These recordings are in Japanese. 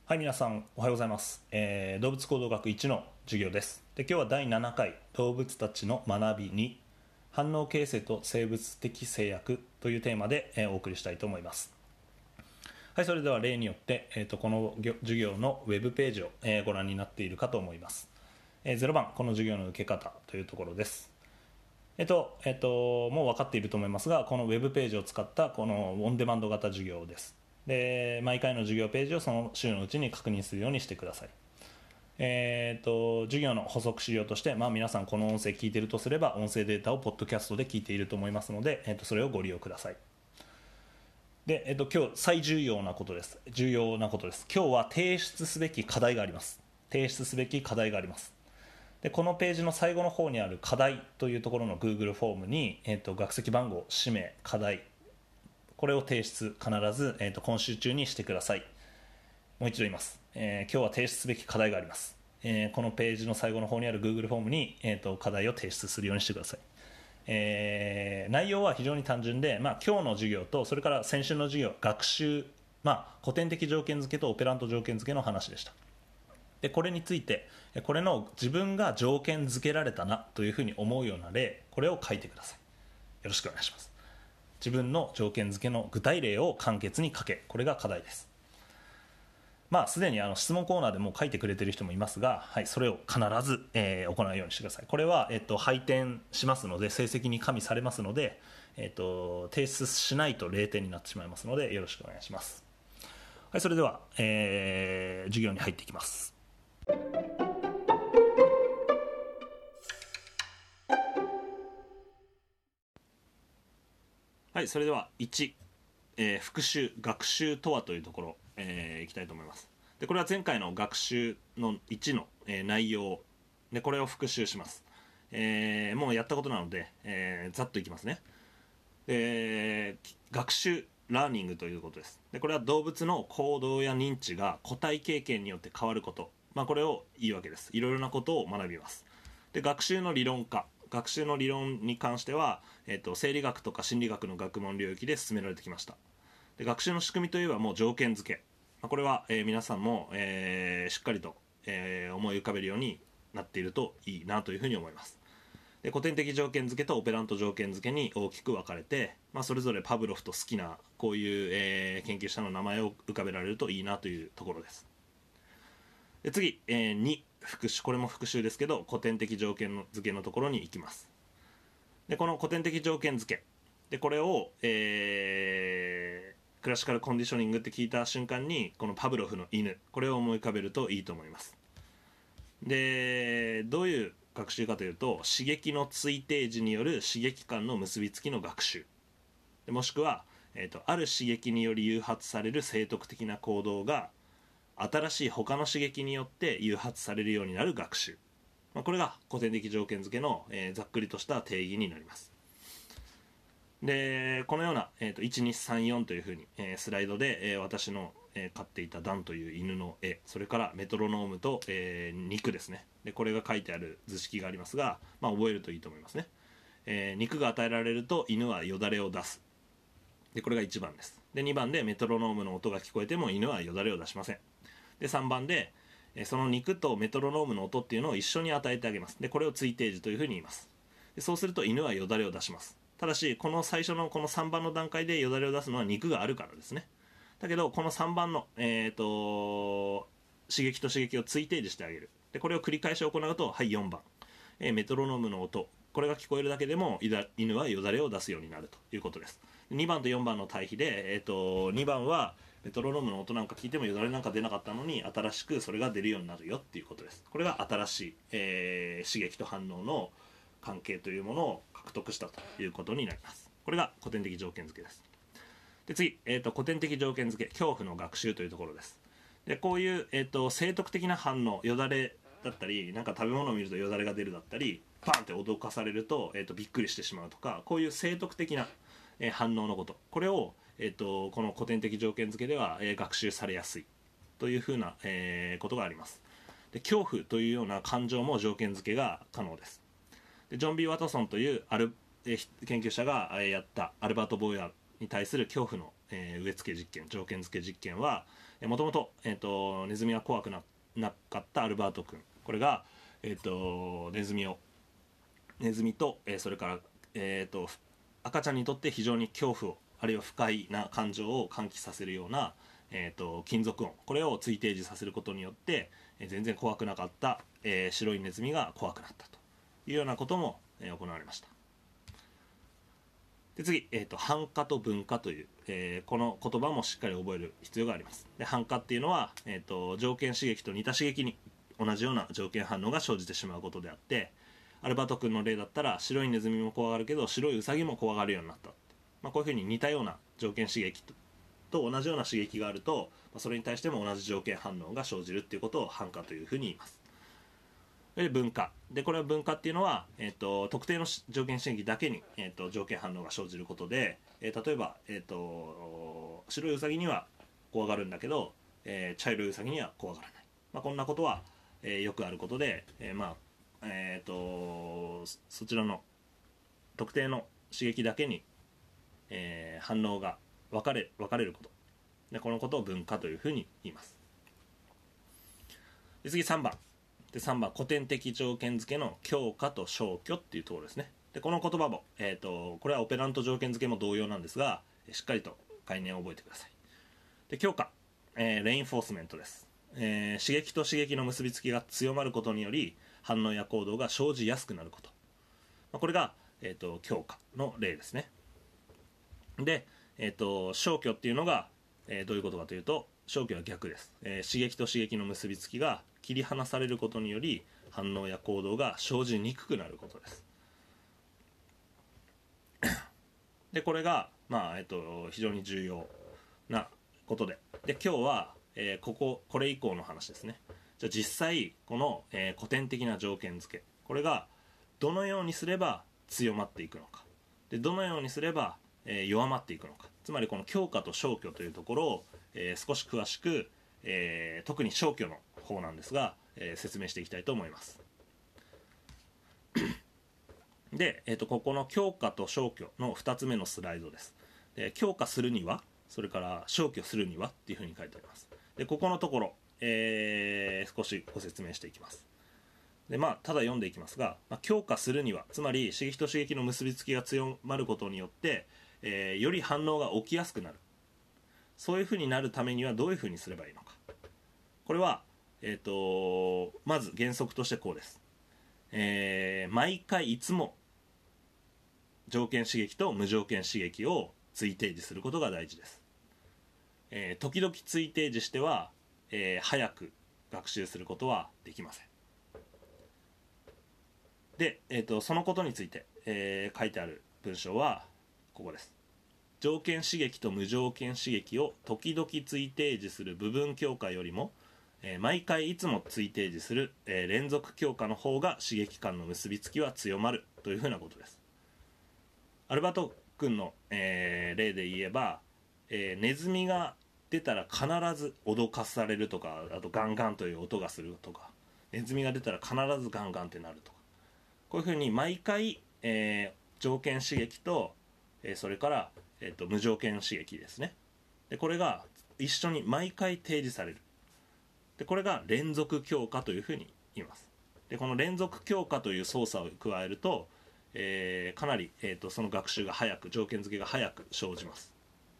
はい、皆さんおはようございます。動物行動学1の授業です。で、今日は第7回動物たちの学びに反応形成と生物的制約というテーマで、お送りしたいと思います。はい、それでは例によって、この授業のウェブページを、ご覧になっているかと思います。0番この授業の受け方というところです。もう分かっていると思いますが、このウェブページを使ったこのオンデマンド型授業です。で、毎回の授業ページをその週のうちに確認するようにしてください。授業の補足資料として、皆さんこの音声聞いているとすれば音声データをポッドキャストで聞いていると思いますので、それをご利用ください。で、今日最重要なことです。今日は提出すべき課題があります。で、このページの最後の方にある課題というところの Google フォームに、学籍番号、氏名、課題、これを提出必ず、今週中にしてください。もう一度言います。今日は提出すべき課題があります。このページの最後の方にある Google フォームに、課題を提出するようにしてください。内容は非常に単純で、今日の授業とそれから先週の授業、学習、古典的条件付けとオペラント条件付けの話でした。で、これについて、これの自分が条件付けられたなというふうに思うような例、これを書いてください。よろしくお願いします。自分の条件付けの具体例を簡潔に書け、これが課題です。すでに質問コーナーでも書いてくれている人もいますが、それを必ず、行うようにしてください。これは、配点しますので、成績に加味されますので、提出しないと0点になってしまいますので、よろしくお願いします。はい、それでは、授業に入っていきます。はい、それでは1、復習、学習とはというところ、いきたいと思います。で、これは前回の学習の1の、内容で、これを復習します。もうやったことなので、ざっといきますね。学習、ラーニングということです。で、これは動物の行動や認知が個体経験によって変わること、これを言うわけです。いろいろなことを学びます。で、学習の理論に関しては、生理学とか心理学の学問領域で進められてきました。で、学習の仕組みといえばもう条件付け、これは、皆さんも、しっかりと、思い浮かべるようになっているといいなというふうに思います。で、古典的条件付けとオペラント条件付けに大きく分かれて、それぞれパブロフと好きなこういう、研究者の名前を浮かべられるといいなというところです。で、次、2、復習、これも復習ですけど、古典的条件付けのところに行きます。で、この古典的条件付けで、これを、クラシカルコンディショニングって聞いた瞬間にこのパブロフの犬、これを思い浮かべるといいと思います。で、どういう学習かというと、刺激の追定時による刺激間の結びつきの学習で、もしくは、ある刺激により誘発される生徳的な行動が新しい他の刺激によって誘発されるようになる学習、これが古典的条件付けの、ざっくりとした定義になります。で、このような、1234というふうに、スライドで、私の、飼っていたダンという犬の絵、それからメトロノームと、肉ですね。で、これが書いてある図式がありますが、覚えるといいと思いますね。肉が与えられると犬はよだれを出す。で、これが1番です。で、2番でメトロノームの音が聞こえても犬はよだれを出しません。で、3番でその肉とメトロノームの音っていうのを一緒に与えてあげます。で、これを追定時というふうに言います。で、そうすると犬はよだれを出します。ただし、この最初のこの3番の段階でよだれを出すのは肉があるからですね。だけど、この3番の、刺激と刺激を追定時してあげる。で、これを繰り返し行うと、はい、4番、メトロノームの音、これが聞こえるだけでも犬はよだれを出すようになるということです。2番と4番の対比で、2番はメトロノームの音なんか聞いてもよだれなんか出なかったのに、新しくそれが出るようになるよっていうことです。これが新しい、刺激と反応の関係というものを獲得したということになります。これが古典的条件付けです。で、次、古典的条件付け、恐怖の学習というところです。で、こういう、生徳的な反応、よだれだったり、なんか食べ物を見るとよだれが出るだったり、パンって脅かされると、びっくりしてしまうとか、こういう生徳的な、反応のこと、これを、この古典的条件付けでは、学習されやすいというふうな、ことがあります。で、恐怖というような感情も条件付けが可能です。で、ジョン・ビー・ワトソンという研究者がやったアルバート・ボーヤーに対する恐怖の、植え付け実験、条件付け実験は、 もともとネズミが怖くなかったアルバート君、これが、ネズミと、それから、赤ちゃんにとって非常に恐怖をあるいは不快な感情を喚起させるような、金属音、これを追提示させることによって、全然怖くなかった、白いネズミが怖くなったというようなことも、行われました。で次、反化と分化という、この言葉もしっかり覚える必要があります。で反化っていうのは、条件刺激と似た刺激に同じような条件反応が生じてしまうことであって、アルバート君の例だったら白いネズミも怖がるけど白いウサギも怖がるようになった、こういうふうに似たような条件刺激と同じような刺激があると、それに対しても同じ条件反応が生じるっていうことを反化というふうに言います。で分化で、これは分化っていうのは、特定の条件刺激だけに、条件反応が生じることで、例えば、白いウサギには怖がるんだけど、茶色いウサギには怖がらない、こんなことは、よくあることで、そちらの特定の刺激だけに、反応が分かれることで、このことを分化というふうに言います。で次3番で、3番古典的条件付けの強化と消去っていうところですね。でこの言葉も、これはオペラント条件付けも同様なんですが、しっかりと概念を覚えてください。で強化、レインフォースメントです。刺激と刺激の結びつきが強まることにより反応や行動が生じやすくなること、これが、強化の例ですね。で、消去っていうのが、どういうことかというと、消去は逆です。刺激と刺激の結びつきが切り離されることにより反応や行動が生じにくくなることです。でこれが、非常に重要なことで、今日は、これ以降の話ですね。じゃあ実際この、古典的な条件付け、これがどのようにすれば強まっていくのか、でどのようにすれば、弱まっていくのか、つまりこの強化と消去というところを、少し詳しく、特に消去の方なんですが、説明していきたいと思います。で、ここの強化と消去の2つ目のスライドです。で強化するには、それから消去するにはっていうふうに書いてあります。でここのところ、少しご説明していきます。でただ読んでいきますが、強化するには、つまり刺激と刺激の結びつきが強まることによって、より反応が起きやすくなる、そういうふうになるためにはどういうふうにすればいいのか。これは、まず原則としてこうです。毎回いつも条件刺激と無条件刺激を追提示することが大事です。時々追提示しては、早く学習することはできません。で、そのことについて、書いてある文章はここです。条件刺激と無条件刺激を時々追提示する部分強化よりも、毎回いつも追提示する、連続強化の方が刺激間の結びつきは強まるというふうなことです。アルバート君の、例で言えば、ネズミが出たら必ず脅かされるとか、あとガンガンという音がするとか、ネズミが出たら必ずガンガンってなるとか、こういうふうに毎回、条件刺激と、それから、無条件刺激ですね。でこれが一緒に毎回提示される。でこれが連続強化というふうに言います。でこの連続強化という操作を加えると、かなり、その学習が早く、条件付けが早く生じます。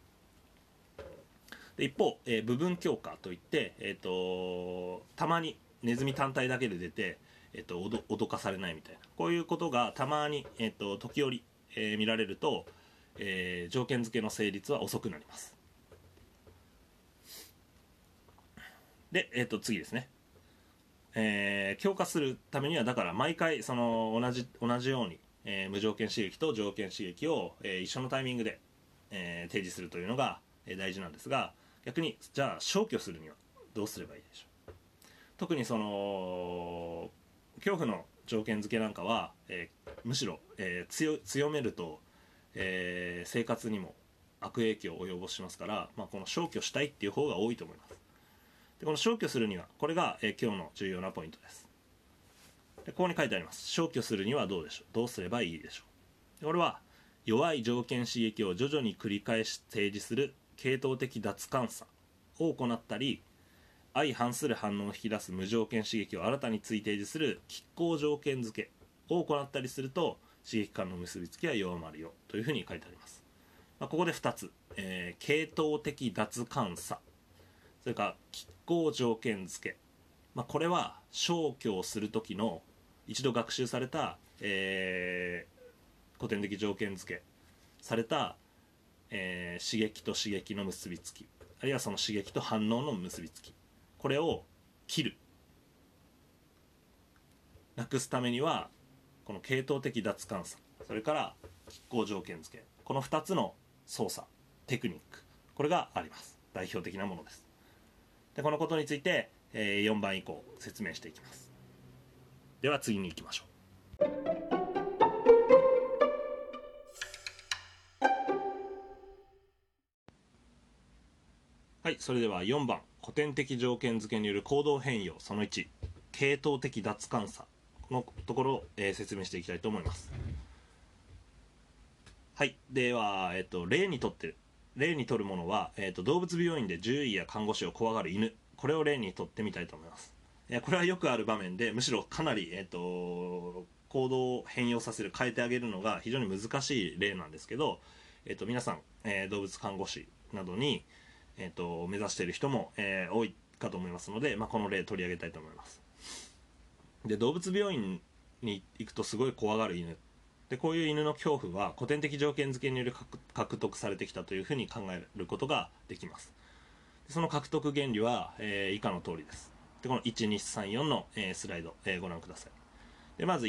で一方、部分強化といって、たまにネズミ単体だけで出て、脅かされないみたいな、こういうことがたまに、時折、見られると、条件付けの成立は遅くなります。で、次ですね。強化するためにはだから毎回その同じように、無条件刺激と条件刺激を、一緒のタイミングで、提示するというのが、大事なんですが、逆にじゃあ消去するにはどうすればいいでしょう。特にその恐怖の条件付けなんかは、むしろ、強めると、生活にも悪影響を及ぼしますから、この消去したいっていう方が多いと思います。でこの消去するには、これが、今日の重要なポイントです。でここに書いてあります。消去するにはどうでしょう、どうすればいいでしょう。でこれは弱い条件刺激を徐々に繰り返し提示する系統的脱感差を行ったり、相反する反応を引き出す無条件刺激を新たに追提示する拮抗条件付けを行ったりすると、刺激間の結びつきは弱まるよというふうに書いてあります。ここで2つ、系統的脱監査、それから拮抗条件付け、これは消去をする時の一度学習された、古典的条件付けされた、刺激と刺激の結びつき、あるいはその刺激と反応の結びつき、これを切る、なくすためにはこの系統的脱監査、それから拮抗条件付け、この2つの操作テクニック、これがあります。代表的なものです。でこのことについて、4番以降説明していきます。では次に行きましょう。はい、それでは4番、古典的条件付けによる行動変容その1、系統的脱監査のところを、説明していきたいと思います。はい、では、例にとるものは、動物病院で獣医や看護師を怖がる犬、これを例にとってみたいと思います。これはよくある場面で、むしろかなり、行動を変容させる、変えてあげるのが非常に難しい例なんですけど、皆さん、動物看護師などに、目指している人も、多いかと思いますので、この例取り上げたいと思います。で動物病院に行くとすごい怖がる犬で、こういう犬の恐怖は古典的条件付けにより獲得されてきたというふうに考えることができます。その獲得原理は、以下の通りです。でこの1234の、スライド、ご覧ください。でまず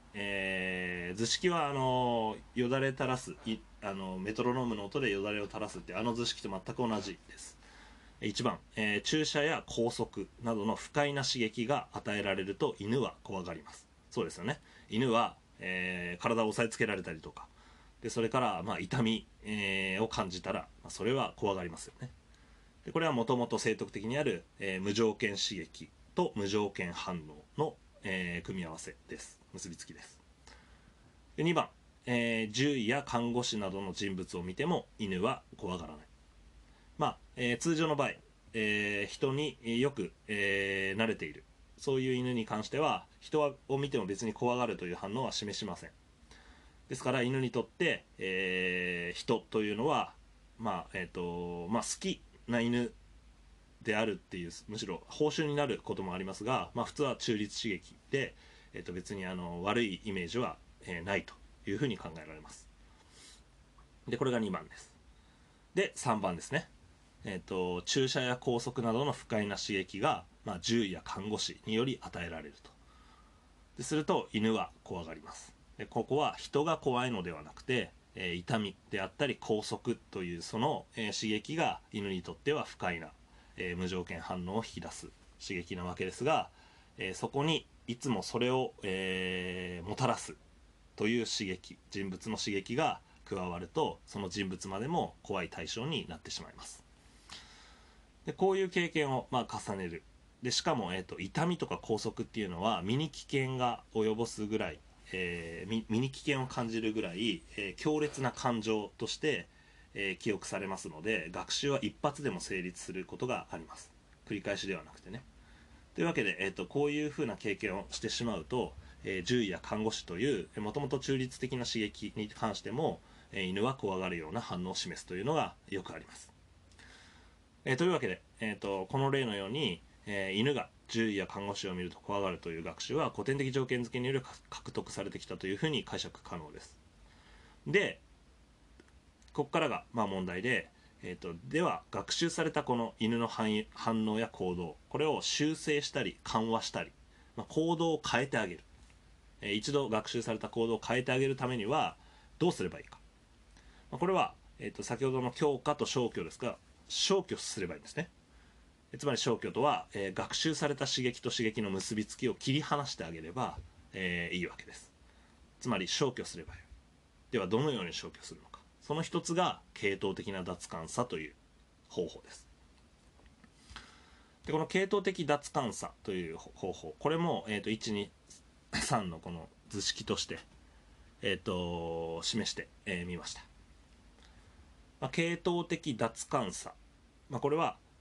1、図式はよだれ垂らすメトロノームの音でよだれを垂らすって図式と全く同じです。1番、注射や拘束などの不快な刺激が与えられると犬は怖がります。そうですよね。犬は、体を押さえつけられたりとかで、それから、痛み、を感じたら、それは怖がりますよね。でこれはもともと生徳的にある、無条件刺激と無条件反応の、組み合わせです。結びつきです。で2番、獣医や看護師などの人物を見ても犬は怖がらない。通常の場合、人によく、慣れているそういう犬に関しては人を見ても別に怖がるという反応は示しません。ですから犬にとって、人というのは、好きな犬であるっていう、むしろ報酬になることもありますが、普通は中立刺激で、別に悪いイメージは、ないというふうに考えられます。でこれが2番です。で3番ですね。注射や拘束などの不快な刺激が、獣医や看護師により与えられると。ですると犬は怖がります。でここは人が怖いのではなくて、痛みであったり拘束というその、刺激が犬にとっては不快な、無条件反応を引き出す刺激なわけですが、そこにいつもそれを、もたらすという刺激、人物の刺激が加わると、その人物までも怖い対象になってしまいます。でこういう経験を重ねる。でしかも、痛みとか拘束っていうのは身に危険が及ぼすぐらい、身に危険を感じるぐらい、強烈な感情として、記憶されますので、学習は一発でも成立することがあります。繰り返しではなくてね。というわけで、こういうふうな経験をしてしまうと、獣医や看護師というもともと中立的な刺激に関しても、犬は怖がるような反応を示すというのがよくあります。というわけで、この例のように、犬が獣医や看護師を見ると怖がるという学習は古典的条件付けによる獲得されてきたというふうに解釈可能です。でここからが問題で、では学習されたこの犬の反応や行動、これを修正したり緩和したり、行動を変えてあげる、一度学習された行動を変えてあげるためにはどうすればいいか。これは、先ほどの強化と消去ですが、消去すればいいんですね。つまり消去とは、学習された刺激と刺激の結びつきを切り離してあげれば、いいわけです。つまり消去すればいい。ではどのように消去するのか。その一つが系統的な脱監査という方法です。でこの系統的脱監査という方法、これも、123のこの図式として、示してみました。系統的脱監査、これは、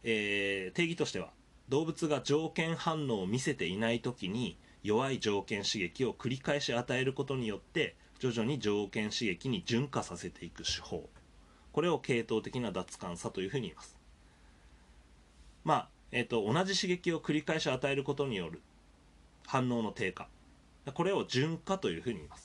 定義としては、動物が条件反応を見せていない時に弱い条件刺激を繰り返し与えることによって徐々に条件刺激に順化させていく手法、これを系統的な脱感差というふうに言います。同じ刺激を繰り返し与えることによる反応の低下、これを順化というふうに言います。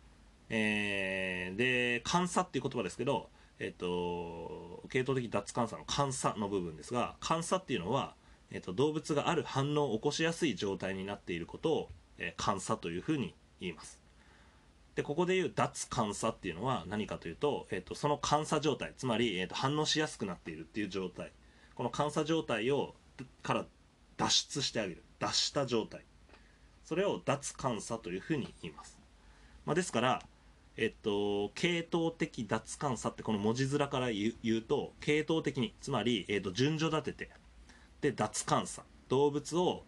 で、感差っていう言葉ですけど、系統的脱感差の感差の部分ですが、感差っていうのは、動物がある反応を起こしやすい状態になっていることを、感差というふうに言います。で、ここでいう脱感差っていうのは何かというと、その感差状態、つまり、反応しやすくなっているっていう状態、この感差状態から脱出してあげる、脱した状態、それを脱感差というふうに言います。ですから、系統的脱感差ってこの文字面から言うと、系統的に、つまり、順序立てて、で、脱感差、動物を、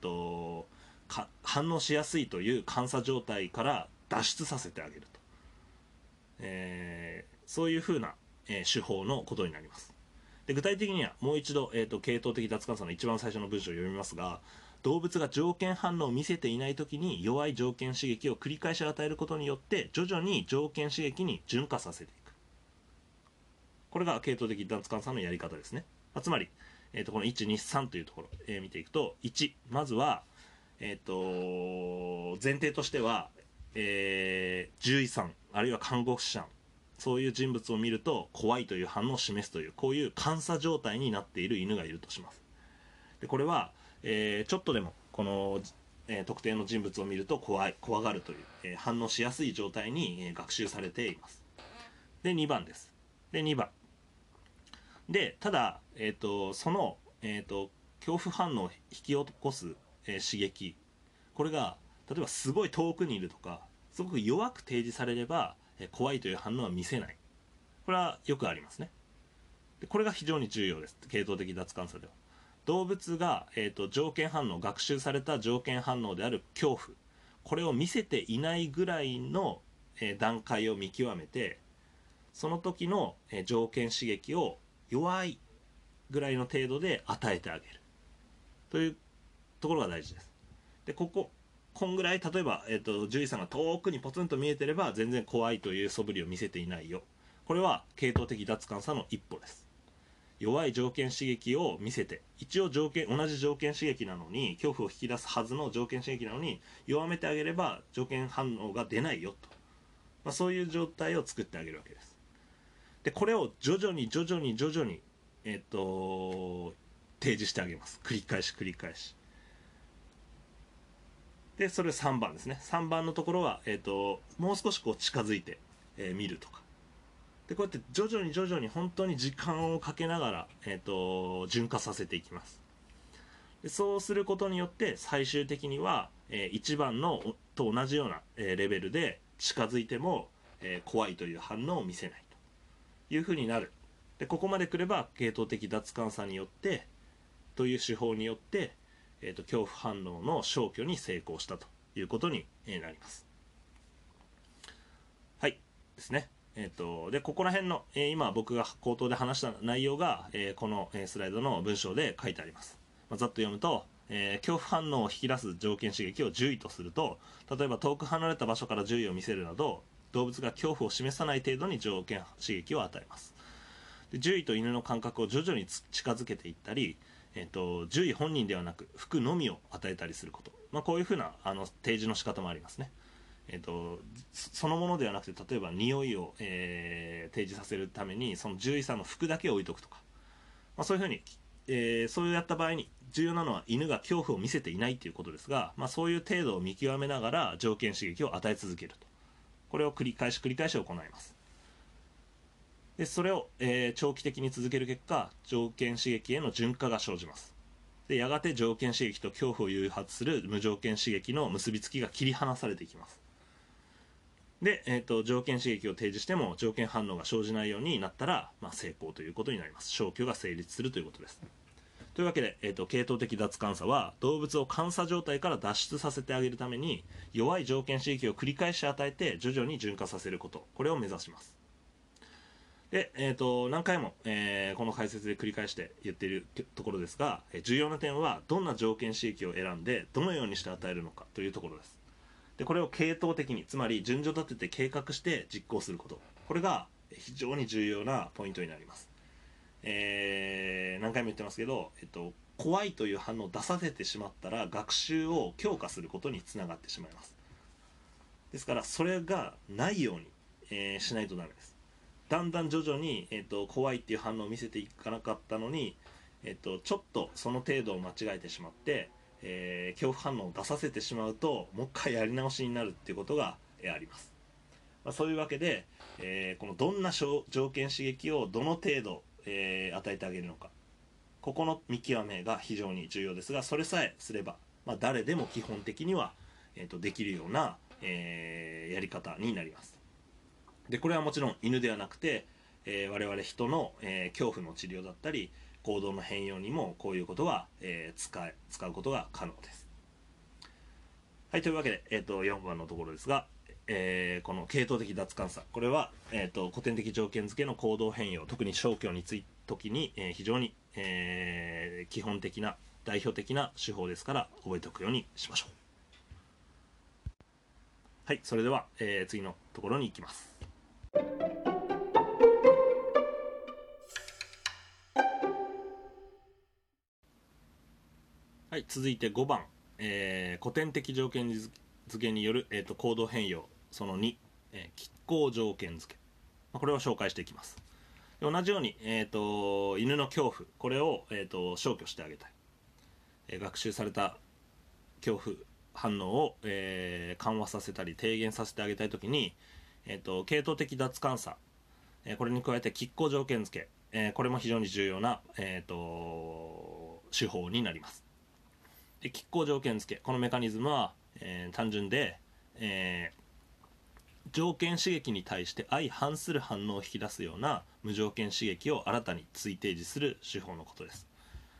反応しやすいという感差状態から脱出させてあげると、そういうふうな、手法のことになります。で、具体的にはもう一度、系統的脱感差の一番最初の文章を読みますが、動物が条件反応を見せていないときに弱い条件刺激を繰り返し与えることによって徐々に条件刺激に順化させていく、これが系統的脱感差のやり方ですね。つまり、この1、2、3というところ、見ていくと、1、まずは、前提としては、獣医さんあるいは看護師さん、そういう人物を見ると怖いという反応を示すという、こういう監査状態になっている犬がいるとします。で、これはちょっとでもこの、特定の人物を見ると怖がるという、反応しやすい状態に、学習されています。で、2番です。で、2番で、ただ、その、恐怖反応を引き起こす、刺激、これが例えばすごい遠くにいるとかすごく弱く提示されれば、怖いという反応は見せない、これはよくありますね。で、これが非常に重要です。系統的脱感差では動物が、条件反応、学習された条件反応である恐怖、これを見せていないぐらいの、段階を見極めて、その時の、条件刺激を弱いぐらいの程度で与えてあげるというところが大事です。で、こんぐらい、例えば、獣医さんが遠くにポツンと見えてれば全然怖いという素振りを見せていないよ、これは系統的脱感差の一歩です。弱い条件刺激を見せて、一応同じ条件刺激なのに、恐怖を引き出すはずの条件刺激なのに弱めてあげれば条件反応が出ないよと、そういう状態を作ってあげるわけです。で、これを徐々に提示してあげます。繰り返しで、それ3番ですね。3番のところは、もう少しこう近づいて、見るとかで、こうやって徐々に本当に時間をかけながら、順化させていきます。で、そうすることによって最終的には、1番のと同じような、レベルで近づいても、怖いという反応を見せないというふうになる。で、ここまで来れば系統的脱感差によってという手法によって、恐怖反応の消去に成功したということになります。はいですね。で、ここら辺の、今僕が口頭で話した内容が、このスライドの文章で書いてあります。ざっと読むと、恐怖反応を引き出す条件刺激を獣医とすると、例えば遠く離れた場所から獣医を見せるなど、動物が恐怖を示さない程度に条件刺激を与えます。で、獣医と犬の感覚を徐々に近づけていったり、獣医本人ではなく服のみを与えたりすること、こういうふうな提示の仕方もありますね。そのものではなくて、例えば匂いを、提示させるためにその獣医さんの服だけ置いとくとか、そういうふうに、そうやった場合に重要なのは犬が恐怖を見せていないということですが、そういう程度を見極めながら条件刺激を与え続けると、これを繰り返し行います。で、それを、長期的に続ける結果、条件刺激への順化が生じます。で、やがて条件刺激と恐怖を誘発する無条件刺激の結びつきが切り離されていきます。で、条件刺激を提示しても条件反応が生じないようになったら、成功ということになります。消去が成立するということです。というわけで、系統的脱感差は動物を監査状態から脱出させてあげるために弱い条件刺激を繰り返し与えて徐々に順化させること、これを目指します。 で、何回も、この解説で繰り返して言っているところですが、重要な点はどんな条件刺激を選んでどのようにして与えるのかというところです。でこれを系統的に、つまり順序立てて計画して実行すること、これが非常に重要なポイントになります。何回も言ってますけど、怖いという反応を出させてしまったら学習を強化することにつながってしまいます。ですからそれがないように、しないとダメです。だんだん徐々に、怖いっていう反応を見せていかなかったのに、ちょっとその程度を間違えてしまって、恐怖反応を出させてしまうともう一回やり直しになるっていうことが、あります。そういうわけで、このどんな条件刺激をどの程度、与えてあげるのか、ここの見極めが非常に重要ですが、それさえすれば、誰でも基本的には、できるような、やり方になります。でこれはもちろん犬ではなくて、我々人の、恐怖の治療だったり行動の変容にもこういうことが、使うことが可能です。はい、というわけで、4番のところですが、この系統的脱監査、これは、古典的条件付けの行動変容、特に消去について時に、非常に、基本的な代表的な手法ですから覚えておくようにしましょう。はい、それでは、次のところに行きます。はい、続いて5番、古典的条件付けによる、行動変容その2、拮抗条件付け、これを紹介していきます。同じように、犬の恐怖、これを、消去してあげたい、学習された恐怖反応を、緩和させたり低減させてあげたいときに、系統的脱監査、これに加えて拮抗条件付け、これも非常に重要な、手法になります。で拮抗条件付け、このメカニズムは、単純で、条件刺激に対して相反する反応を引き出すような無条件刺激を新たに追提示する手法のことです。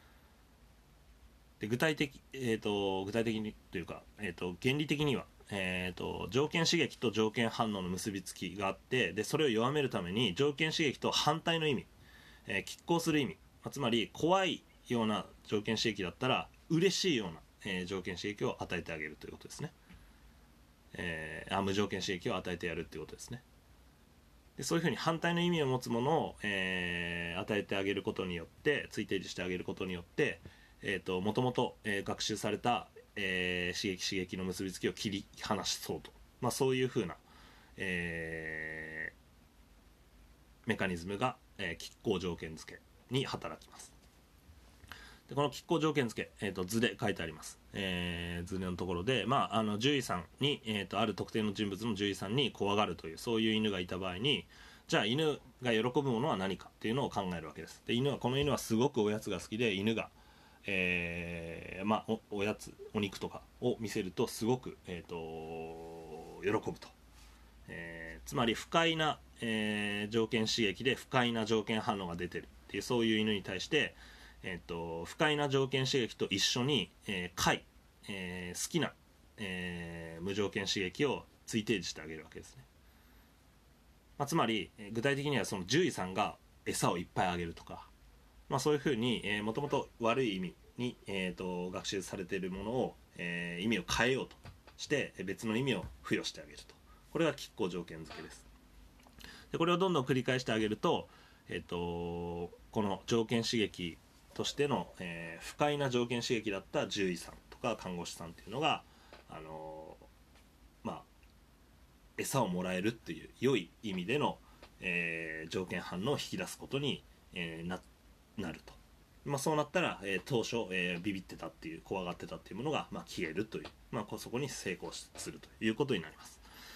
で具体的にというか、原理的には、条件刺激と条件反応の結びつきがあって、でそれを弱めるために条件刺激と反対の意味、拮抗する意味、つまり怖いような条件刺激だったら嬉しいような、条件刺激を与えてあげるということですね。無条件刺激を与えてやるということですね。でそういうふうに反対の意味を持つものを、与えてあげることによって、追提示してあげることによって、もともと学習された、刺激の結びつきを切り離そうと、そういうふうな、メカニズムが、拮抗条件付けに働きます。でこの拮抗条件付け、図で書いてあります。図のところで、獣医さんに、ある特定の人物の獣医さんに怖がるという、そういう犬がいた場合に、じゃあ犬が喜ぶものは何かっていうのを考えるわけです。でこの犬はすごくおやつが好きで、犬が、おやつ、お肉とかを見せるとすごく、喜ぶと、つまり不快な、条件刺激で不快な条件反応が出てるっていう、そういう犬に対して、不快な条件刺激と一緒に、快、好きな、無条件刺激を追提示してあげるわけですね。つまり具体的にはその獣医さんが餌をいっぱいあげるとか、そういうふうにもともと悪い意味に、学習されているものを、意味を変えようとして別の意味を付与してあげると、これが拮抗条件付けです。でこれをどんどん繰り返してあげると、この条件刺激としての、不快な条件刺激だった獣医さんとか看護師さんっていうのが、餌をもらえるっていう良い意味での、条件反応を引き出すことに、なると、そうなったら、当初、ビビってたっていう怖がってたっていうものが、消えるという、そこに成功するということになります。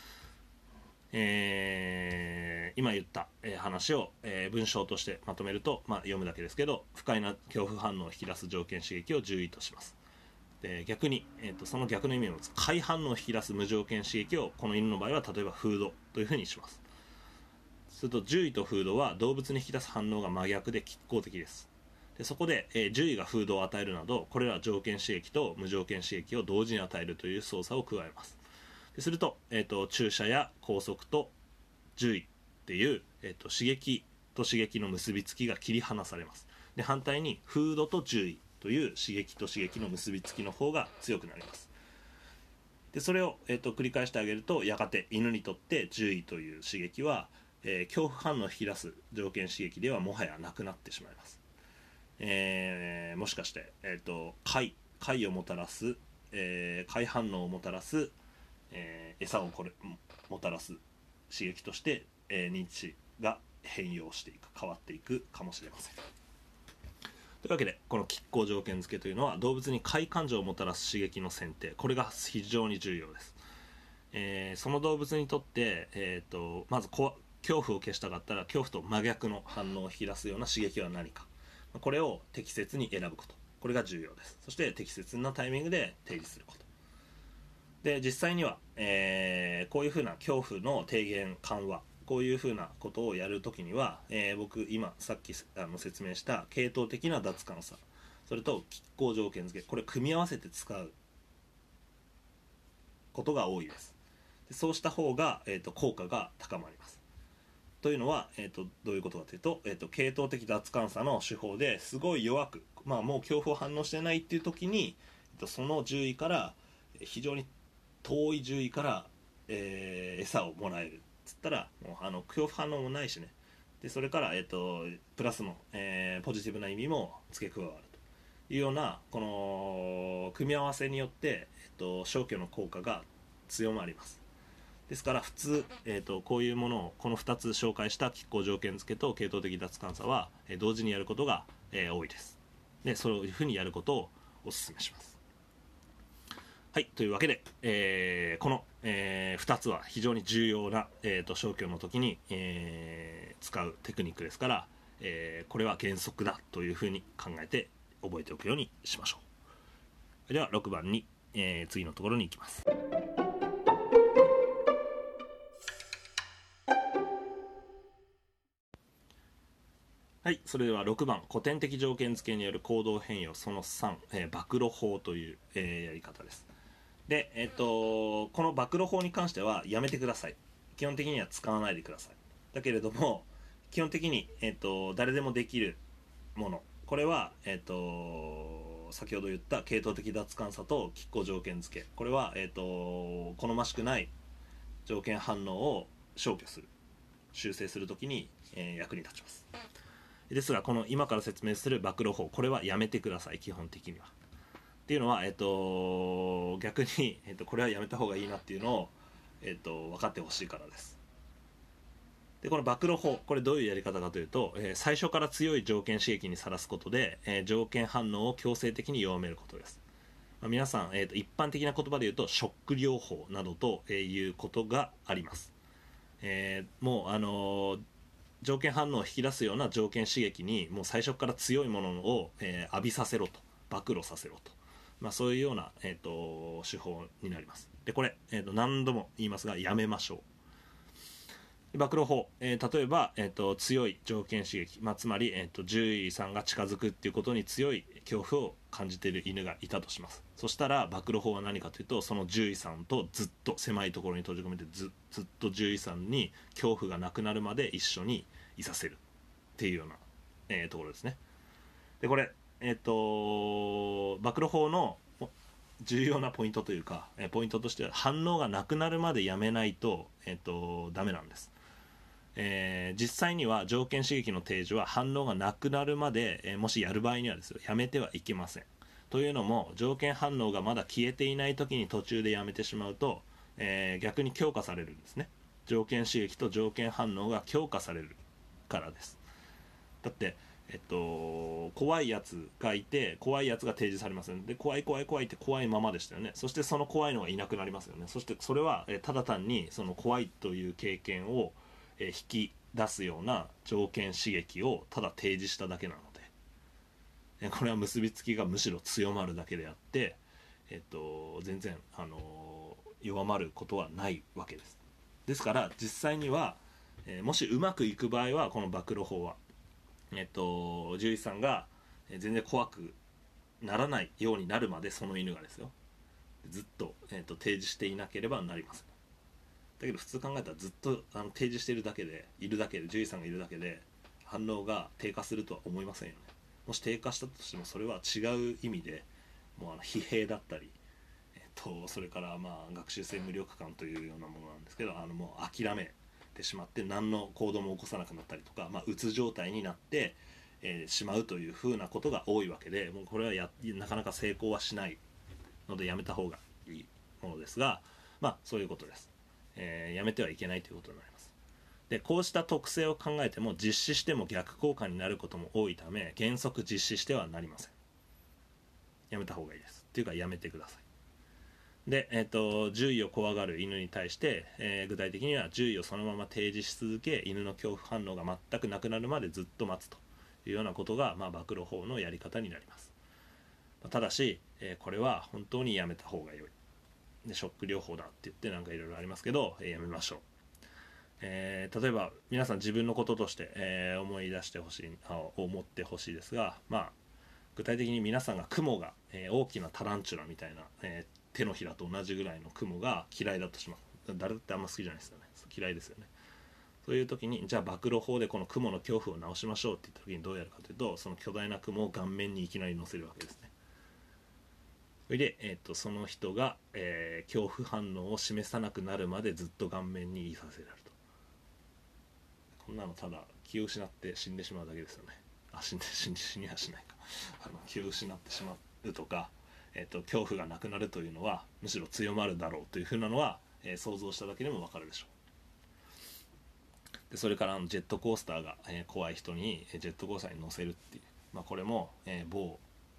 今言った、話を、文章としてまとめると、読むだけですけど、不快な恐怖反応を引き出す条件刺激を獣医とします。で逆に、その逆の意味を持つ快反応を引き出す無条件刺激をこの犬の場合は例えばフードというふうにします。すると獣医とフードは動物に引き出す反応が真逆で拮抗的です。でそこで、獣医がフードを与えるなど、これら条件刺激と無条件刺激を同時に与えるという操作を加えます。すると、注射や拘束と獣医っていう、刺激と刺激の結びつきが切り離されます。で反対にフードと獣医という刺激と刺激の結びつきの方が強くなります。でそれを、繰り返してあげると、やがて犬にとって獣医という刺激は、恐怖反応を引き出す条件刺激ではもはやなくなってしまいます。もしかして、快をもたらす、快反応をもたらす、餌をもたらす刺激として、認知が変容していく、変わっていくかもしれません。というわけで、この拮抗条件付けというのは動物に快感情をもたらす刺激の選定、これが非常に重要です。その動物にとって、まず恐怖を消したかったら、恐怖と真逆の反応を引き出すような刺激は何か、これを適切に選ぶこと、これが重要です。そして適切なタイミングで提示することで、実際には、こういうふうな恐怖の低減緩和、こういうふうなことをやるときには、僕今さっき説明した系統的な脱感差、それと拮抗条件付け、これ組み合わせて使うことが多いです。でそうした方が、効果が高まります。というのは、どういうことかというと、系統的脱感差の手法ですごい弱く、もう恐怖を反応してないっていう時に、その獣医から非常に遠い獣医から、餌をもらえるっつったら、もう恐怖反応もないしね。でそれから、プラスの、ポジティブな意味も付け加わるというような、この組み合わせによって、消去の効果が強まります。ですから普通、こういうものをこの2つ紹介した拮抗条件付けと系統的脱感差は、同時にやることが、多いです。でそういうふうにやることをお勧めします。はい、というわけで、この、2つは非常に重要な、消去の時に、使うテクニックですから、これは原則だというふうに考えて覚えておくようにしましょう。では6番に、次のところに行きます。はい、それでは6番、古典的条件付けによる行動変容その3、暴露法という、やり方です。で、この暴露法に関してはやめてください。基本的には使わないでください。だけれども基本的に、誰でもできるもの、これは、先ほど言った系統的脱感差と拮抗条件付け、これは、好ましくない条件反応を消去する、修正するときに、役に立ちます。ですがこの今から説明する暴露法、これはやめてください。基本的にはっていうのは、逆に、これはやめた方がいいなっていうのを、分かってほしいからです。でこの暴露法、これどういうやり方かというと、最初から強い条件刺激にさらすことで、条件反応を強制的に弱めることです。皆さん、一般的な言葉で言うとショック療法などということがあります。もう条件反応を引き出すような条件刺激にもう最初から強いものを、浴びさせろと、暴露させろと、そういうような、手法になります。でこれ、何度も言いますがやめましょう。暴露法、例えば、強い条件刺激、つまり、獣医さんが近づくっていうことに強い恐怖を感じている犬がいたとします。そしたら暴露法は何かというと、その獣医さんとずっと狭いところに閉じ込めてずっと獣医さんに恐怖がなくなるまで一緒にいさせるっていうような、ところですね。でこれ、暴露法の重要なポイントというか、ポイントとしては反応がなくなるまでやめないと、ダメなんです。実際には条件刺激の提示は反応がなくなるまで、もしやる場合にはですよ、やめてはいけません。というのも条件反応がまだ消えていない時に途中でやめてしまうと、逆に強化されるんですね。条件刺激と条件反応が強化されるからです。だって怖いやつがいて怖いやつが提示されますよね。で怖い怖い怖いって怖いままでしたよね。そしてその怖いのがいなくなりますよね。そしてそれはただ単にその怖いという経験を引き出すような条件刺激をただ提示しただけなので、これは結びつきがむしろ強まるだけであって、全然、弱まることはないわけです。ですから実際には、もしうまくいく場合はこの暴露法は、獣医さんが全然怖くならないようになるまで、その犬がですよ、ずっと、提示していなければなりません。だけど普通考えたらずっと提示しているだけで、獣医さんがいるだけで反応が低下するとは思いませんよね。もし低下したとしてもそれは違う意味でもう疲弊だったり、それから学習性無力感というようなものなんですけど、もう諦めてしまって何の行動も起こさなくなったりとか、うつ状態になって、しまうというふうなことが多いわけで、もうこれはなかなか成功はしないのでやめた方がいいものですが、そういうことです。やめてはいけないということになります。でこうした特性を考えても実施しても逆効果になることも多いため、原則実施してはなりません。やめた方がいいですっていうかやめてください。で、獣医を怖がる犬に対して、具体的には獣医をそのまま提示し続け、犬の恐怖反応が全くなくなるまでずっと待つというようなことが、暴露法のやり方になります。ただし、これは本当にやめた方が良い。でショック療法だって言ってなんかいろいろありますけど、やめましょう。例えば皆さん自分のこととして、思い出してほしい、思ってほしいですが、具体的に皆さんがクモが、大きなタランチュラみたいな、手のひらと同じぐらいのクモが嫌いだとします。誰だってあんま好きじゃないですよね。嫌いですよね。そういう時にじゃあ暴露法でこのクモの恐怖を直しましょうって言った時にどうやるかというと、その巨大なクモを顔面にいきなり乗せるわけですね。それで、その人が、恐怖反応を示さなくなるまでずっと顔面にいさせられると。こんなのただ気を失って死んでしまうだけですよね。死にはしないか気を失ってしまうとか、恐怖がなくなるというのはむしろ強まるだろうというふうなのは、想像しただけでも分かるでしょう。でそれからジェットコースターが、怖い人にジェットコースターに乗せるっていう、これも、某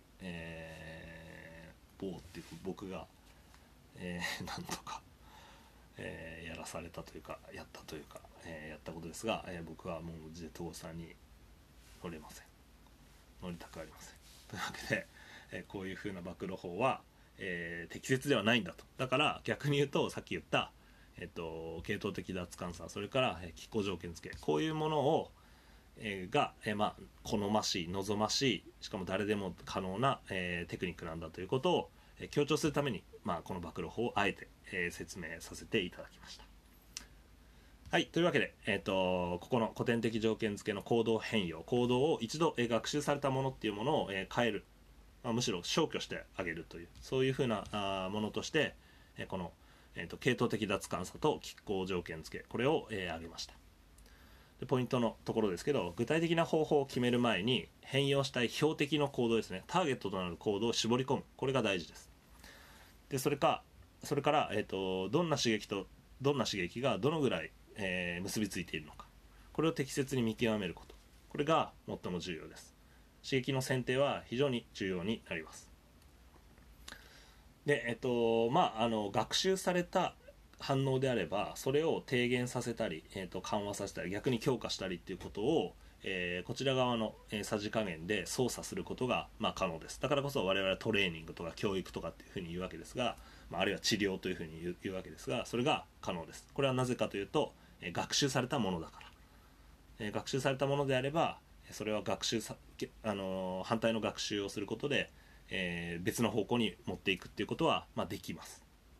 っていう僕が、なんとか、やらされたというかやったというか、やったことですが、僕はもうジェットコースターに乗れません。乗りたくありません。というわけで、こういうふうな暴露法は、適切ではないんだと。だから逆に言うとさっき言った、系統的脱感差、それから、拮抗条件付け、こういうものを、が、好ましい望ましい、しかも誰でも可能な、テクニックなんだということを、強調するために、この暴露法をあえて、説明させていただきました。はい、というわけで、ここの古典的条件付けの行動変容、行動を一度、学習されたものっていうものを、変える、むしろ消去してあげるという、そういうふうなものとして、この、系統的脱感差と拮抗条件付け、これを、挙げました。でポイントのところですけど、具体的な方法を決める前に変容したい標的の行動ですね、ターゲットとなる行動を絞り込む、これが大事です。でそれから、どんな刺激とどんな刺激がどのぐらい、結びついているのか、これを適切に見極めること、これが最も重要です。刺激の選定は非常に重要になります。で学習された反応であればそれを低減させたり、緩和させたり逆に強化したりっていうことを、こちら側の、さじ加減で操作することが、可能です。だからこそ我々はトレーニングとか教育とかっていうふうに言うわけですが、あるいは治療というふうに言うわけですが、それが可能です。これはなぜかというと、学習されたものだから、学習されたものであればそれは反対の学習をすることで、別の方向に持っていくっていうことは、できます。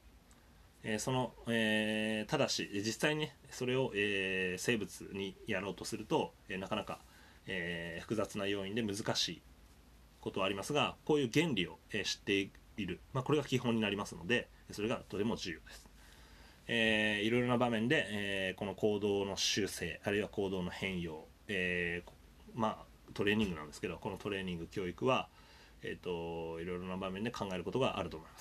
ただし実際に、ね、それを、生物にやろうとすると、なかなか、複雑な要因で難しいことはありますが、こういう原理を、知っている、これが基本になりますので、それがとても重要です。いろいろな場面で、この行動の修正あるいは行動の変容、トレーニングなんですけど、このトレーニング教育は、いろいろな場面で考えることがあると思います。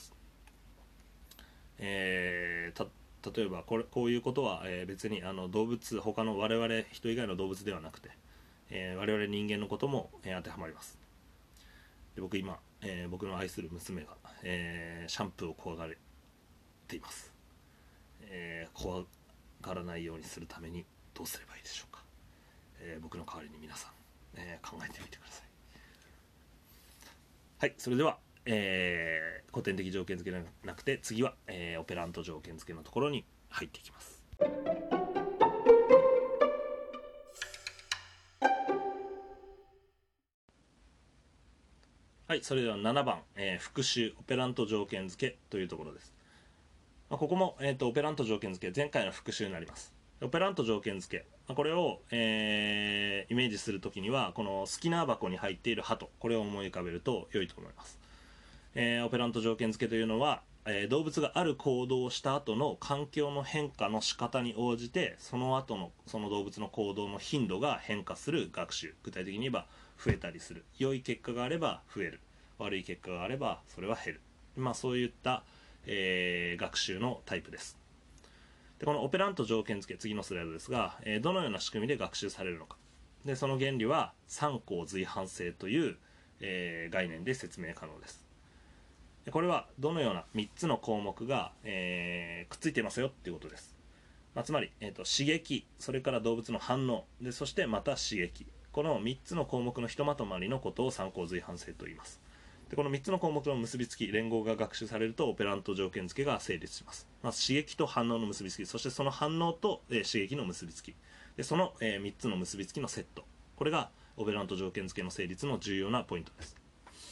例えばこういうことは、別に動物、他の我々人以外の動物ではなくて、我々人間のことも、当てはまります。で僕今、僕の愛する娘が、シャンプーを怖がっています。怖がらないようにするためにどうすればいいでしょうか。僕の代わりに皆さん、考えてみてください。はい、それでは、古典的条件付けではなくて次は、オペラント条件付けのところに入っていきます。はい、それでは7番、復習オペラント条件付けというところです。ここも、オペラント条件付け前回の復習になります。オペラント条件付け、これを、イメイメージするときにはこのスキナー箱に入っている鳩、これを思い浮かべると良いと思います。オペラント条件付けというのは、動物がある行動をした後の環境の変化の仕方に応じてその後のその動物の行動の頻度が変化する学習。具体的に言えば増えたりする、良い結果があれば増える、悪い結果があればそれは減る、そういった、学習のタイプです。でこのオペラント条件付け、次のスライドですが、どのような仕組みで学習されるのか。でその原理は三項随伴性という、概念で説明可能です。でこれはどのような3つの項目が、くっついていますよっていうことです。つまり、刺激、それから動物の反応で、そしてまた刺激、この3つの項目のひとまとまりのことを三項随伴性と言います。でこの3つの項目の結びつき、連合が学習されるとオペラント条件付けが成立します。刺激と反応の結びつき、そしてその反応と、刺激の結びつきで、その、3つの結びつきのセット、これがオペラント条件付けの成立の重要なポイントです。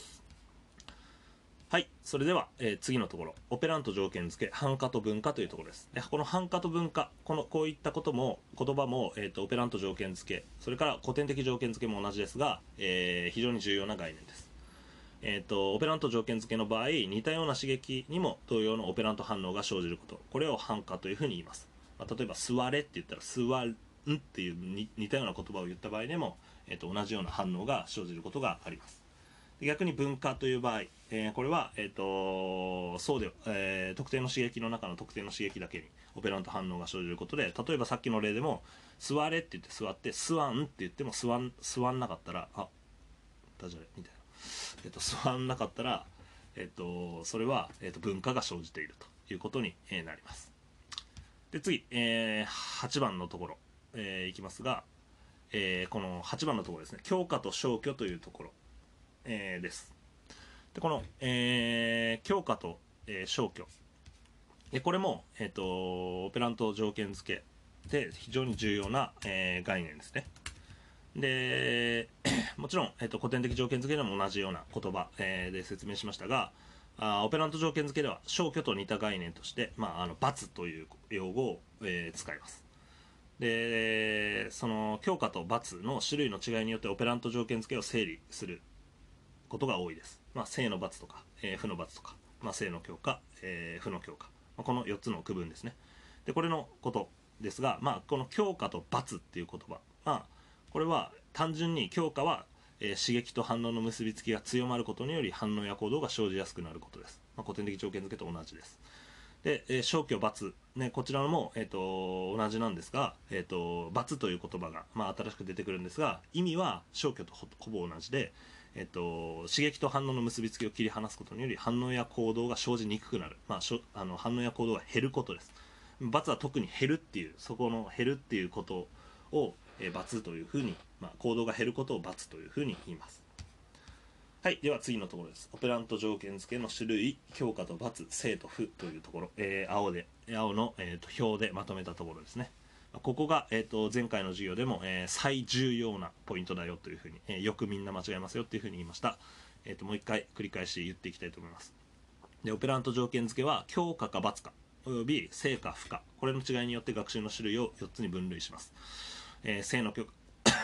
はい、それでは、次のところ、オペラント条件付け、汎化と分化というところです。でこの汎化と分化、こういった言葉も、オペラント条件付け、それから古典的条件付けも同じですが、非常に重要な概念です。オペラント条件付けの場合、似たような刺激にも同様のオペラント反応が生じること、これを汎化というふうに言います。例えば座れって言ったら座るっていう似たような言葉を言った場合でも、同じような反応が生じることがあります。逆に分化という場合、これは、そうで、特定の刺激の中の特定の刺激だけにオペラント反応が生じることで、例えばさっきの例でも座れって言って座って座んって言っても座んなかったらダジャレみたいな、座んなかったら、それは、分化が生じているということに、なります。で次、8番のところ、いきますが、この8番のところですね、強化と消去というところ、です。でこの、強化と、消去、これも、オペラント条件付けで非常に重要な、概念ですね。でもちろん、古典的条件付けでも同じような言葉、で説明しましたが、オペラント条件付けでは消去と似た概念として、罰という用語を、使います。でその強化と罰の種類の違いによってオペラント条件付けを整理することが多いです。正の罰とか、負の罰とか、正の強化、負の強化、この4つの区分ですね。でこれのことですが、この強化と罰っていう言葉、これは単純に強化は、刺激と反応の結びつきが強まることにより反応や行動が生じやすくなることです。古典的条件付けと同じです。で、消去罰、こちらも、同じなんですが、罰という言葉が、新しく出てくるんですが、意味は消去とほぼ同じで、刺激と反応の結びつきを切り離すことにより反応や行動が生じにくくなる、反応や行動が減ることです。罰は特に減るっていう、そこの減るっていうことを、罰というふうに、行動が減ることを罰というふうに言います。はい、では次のところです。オペラント条件付けの種類、強化と罰、正と負というところ、青の、表でまとめたところですね。ここが、前回の授業でも、最重要なポイントだよというふうに、よくみんな間違えますよというふうに言いました。もう一回繰り返し言っていきたいと思います。でオペラント条件付けは強化か罰かおよび正か負か、これの違いによって学習の種類を4つに分類します。正の強化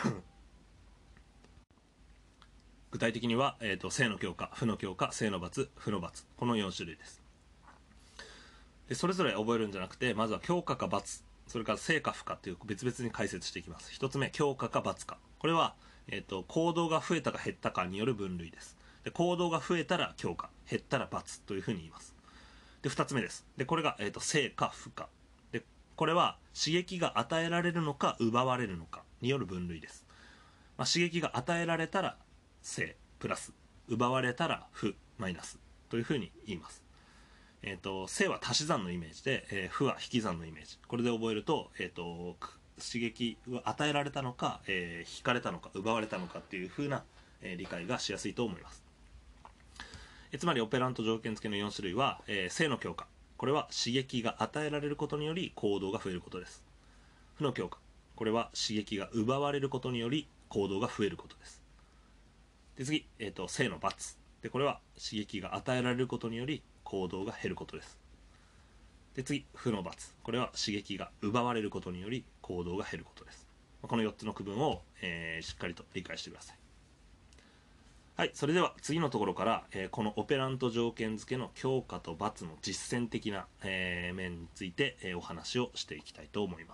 具体的には、正の強化、負の強化、正の罰、負の罰、この4種類です。でそれぞれ覚えるんじゃなくて、まずは強化か罰、それから正か負かという別々に解説していきます。1つ目、強化か罰か、これは、行動が増えたか減ったかによる分類です。で行動が増えたら強化、減ったら罰というふうに言います。で2つ目です。でこれが、正か負かで、これは刺激が与えられるのか奪われるのかによる分類です。刺激が与えられたら正プラス、奪われたら負マイナスというふうに言います。正は足し算のイメージで、負は引き算のイメージ、これで覚えると、刺激を与えられたのか、引かれたのか奪われたのかっていうふうな、理解がしやすいと思います。つまりオペラント条件付けの4種類は、正の強化、これは刺激が与えられることにより行動が増えることです。負の強化、これは刺激が奪われることにより行動が増えることです。で次、正の罰で、これは刺激が与えられることにより行動が減ることです。で次、負の罰、これは刺激が奪われることにより行動が減ることです。 この4つの区分を、しっかりと理解してください。はい、それでは次のところから、このオペラント条件付けの強化と×の実践的な、面について、お話をしていきたいと思います。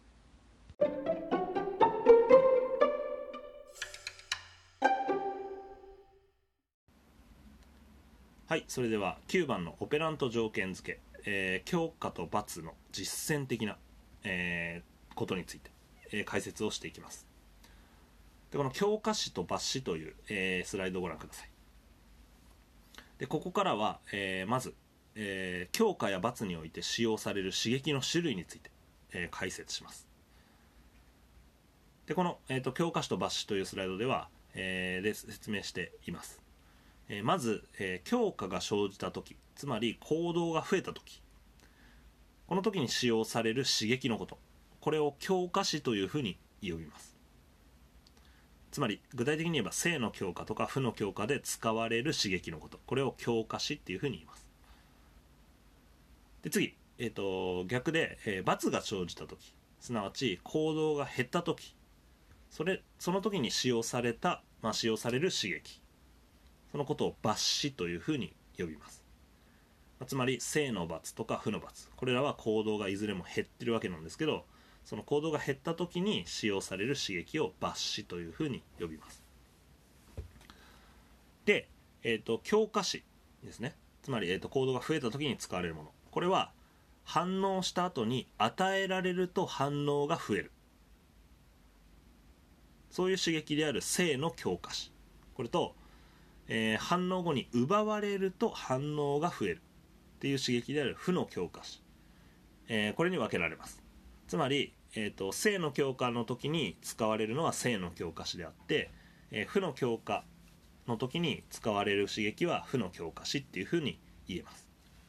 はい、それでは9番のオペラント条件付け、強化と×の実践的な、ことについて、解説をしていきます。でこの強化詞と×詞という、スライドをご覧ください。でここからは、まず、強化や×において使用される刺激の種類について、解説します。でこの、強化詞と×詞というスライドでは、で説明しています。まず、強化が生じたとき、つまり行動が増えたとき、この時に使用される刺激のこと、これを強化詞というふうに呼びます。つまり具体的に言えば正の強化とか負の強化で使われる刺激のこと、これを強化詞っていうふうに言います。で次、逆で、×が生じたとき、すなわち行動が減ったとき、その時に使用される刺激、そのことを×詞というふうに呼びます。つまり正の×とか負の×、これらは行動がいずれも減ってるわけなんですけど、その行動が減った時に使用される刺激を×詞というふうに呼びます。で、強化詞ですね。つまり、行動が増えた時に使われるもの、これは反応した後に与えられると反応が増える、そういう刺激である正の強化詞、これと、反応後に奪われると反応が増えるっていう刺激である負の強化詞、これに分けられます。つまり、正の強化の時に使われるのは正の強化詞であって、負の強化の時に使われる刺激は負の強化詞っていうふうに言えます。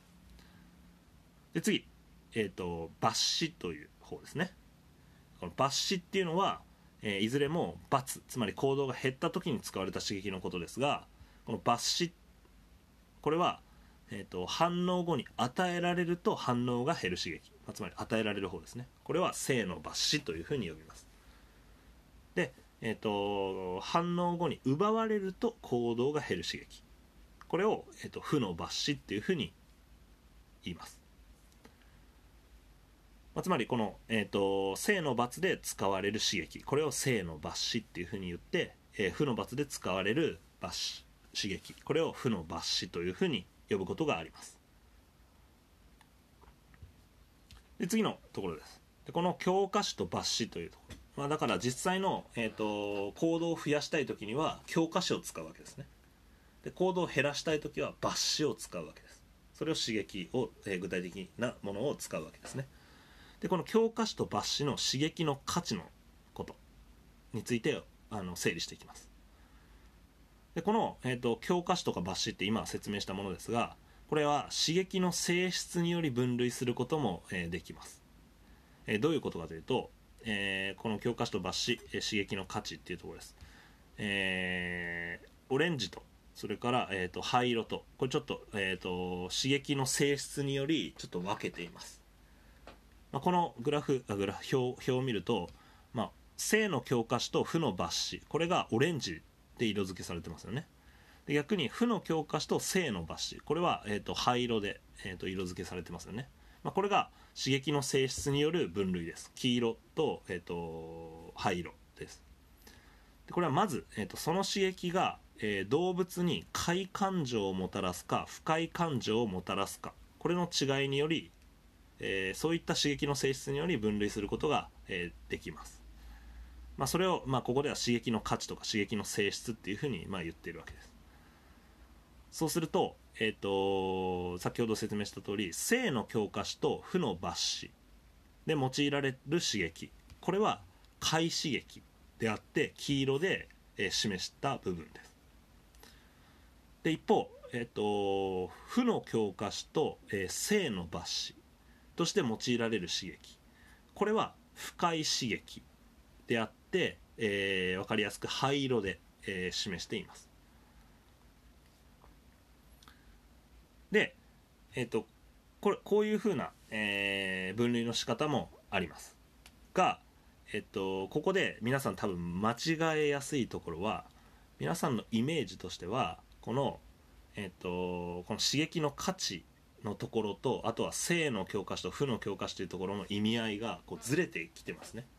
で次、×詞という方ですね。この×詞っていうのは、いずれも×、つまり行動が減った時に使われた刺激のことですが、この×詞、これは、反応後に与えられると反応が減る刺激、つまり与えられる方ですね。これは正の×詞というふうに呼びます。で、反応後に奪われると行動が減る刺激、これを、負の×詞っていうふうに言います。つまりこの、正の×で使われる刺激、これを正の×詞っていうふうに言って、負の×で使われる刺激、これを負の×詞というふうに呼ぶことがあります。で次のところです。でこの強化詞と×詞というところ、だから実際の、行動を増やしたいときには強化詞を使うわけですね。で行動を減らしたいときは×詞を使うわけです。それを刺激を、具体的なものを使うわけですね。でこの強化詞と×詞の刺激の価値のことについて整理していきます。でこの、強化詞とか×詞って今説明したものですが、これは刺激の性質により分類することも、できます。どういうことかというと、この強化詞と×詞、刺激の価値っていうところです。オレンジとそれから、灰色と、これちょっと、刺激の性質によりちょっと分けています。この表を見ると、正の強化詞と負の×詞、これがオレンジで色付けされてますよね。で逆に負の強化詞と正の×詞、これは、灰色で、色付けされてますよね。これが刺激の性質による分類です。黄色と、灰色です。でこれはまず、その刺激が、動物に快感情をもたらすか不快感情をもたらすか、これの違いにより、そういった刺激の性質により分類することが、できます。それを、ここでは刺激の価値とか刺激の性質っていうふうに、言っているわけです。そうすると、先ほど説明した通り正の強化詞と負の×詞で用いられる刺激、これは快刺激であって黄色で、示した部分です。で一方、負の強化詞と、正の×詞として用いられる刺激、これは不快刺激であって、分かりやすく灰色で、示しています。で、こういうふうな、分類の仕方もありますが、 ここで皆さん多分間違えやすいところは、皆さんのイメージとしてはこの刺激の価値のところと、あとは正の教科書と負の教科書というところの意味合いがこうずれてきてますね。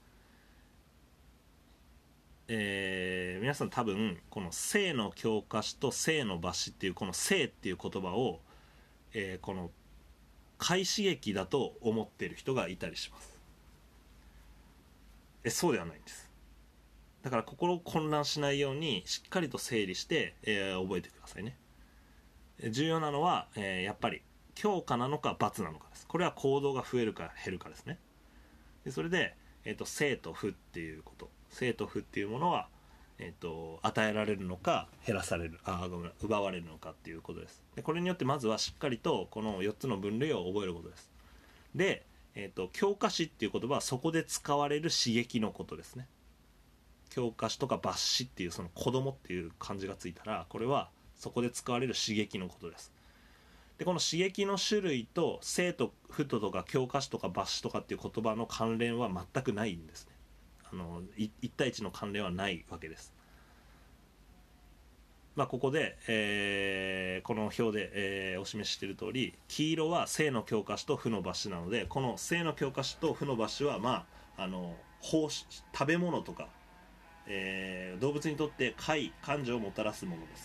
皆さん多分この正の教科書と正の罰子っていうこの正っていう言葉を、この開始劇だと思っている人がいたりします。そうではないんです。だから心を混乱しないようにしっかりと整理して、覚えてくださいね。重要なのは、やっぱり強化なのか罰なのかです。これは行動が増えるか減るかですね。でそれで、正と負っていうこと、正と負っていうものは、与えられるのか減らされる、奪われるのかっていうことです。でこれによってまずはしっかりとこの4つの分類を覚えることです。で、教科子っていう言葉はそこで使われる刺激のことですね。教科書とか罰子っていうその子供っていう漢字がついたら、これはそこで使われる刺激のことです。でこの刺激の種類と正と負とか教科書とか罰子とかっていう言葉の関連は全くないんですね。1対1の関連はないわけです。ここで、この表で、お示ししている通り、黄色は正の教科書と負の罰子なので、この正の教科書と負の罰子は食べ物とか、動物にとって快感情をもたらすものです。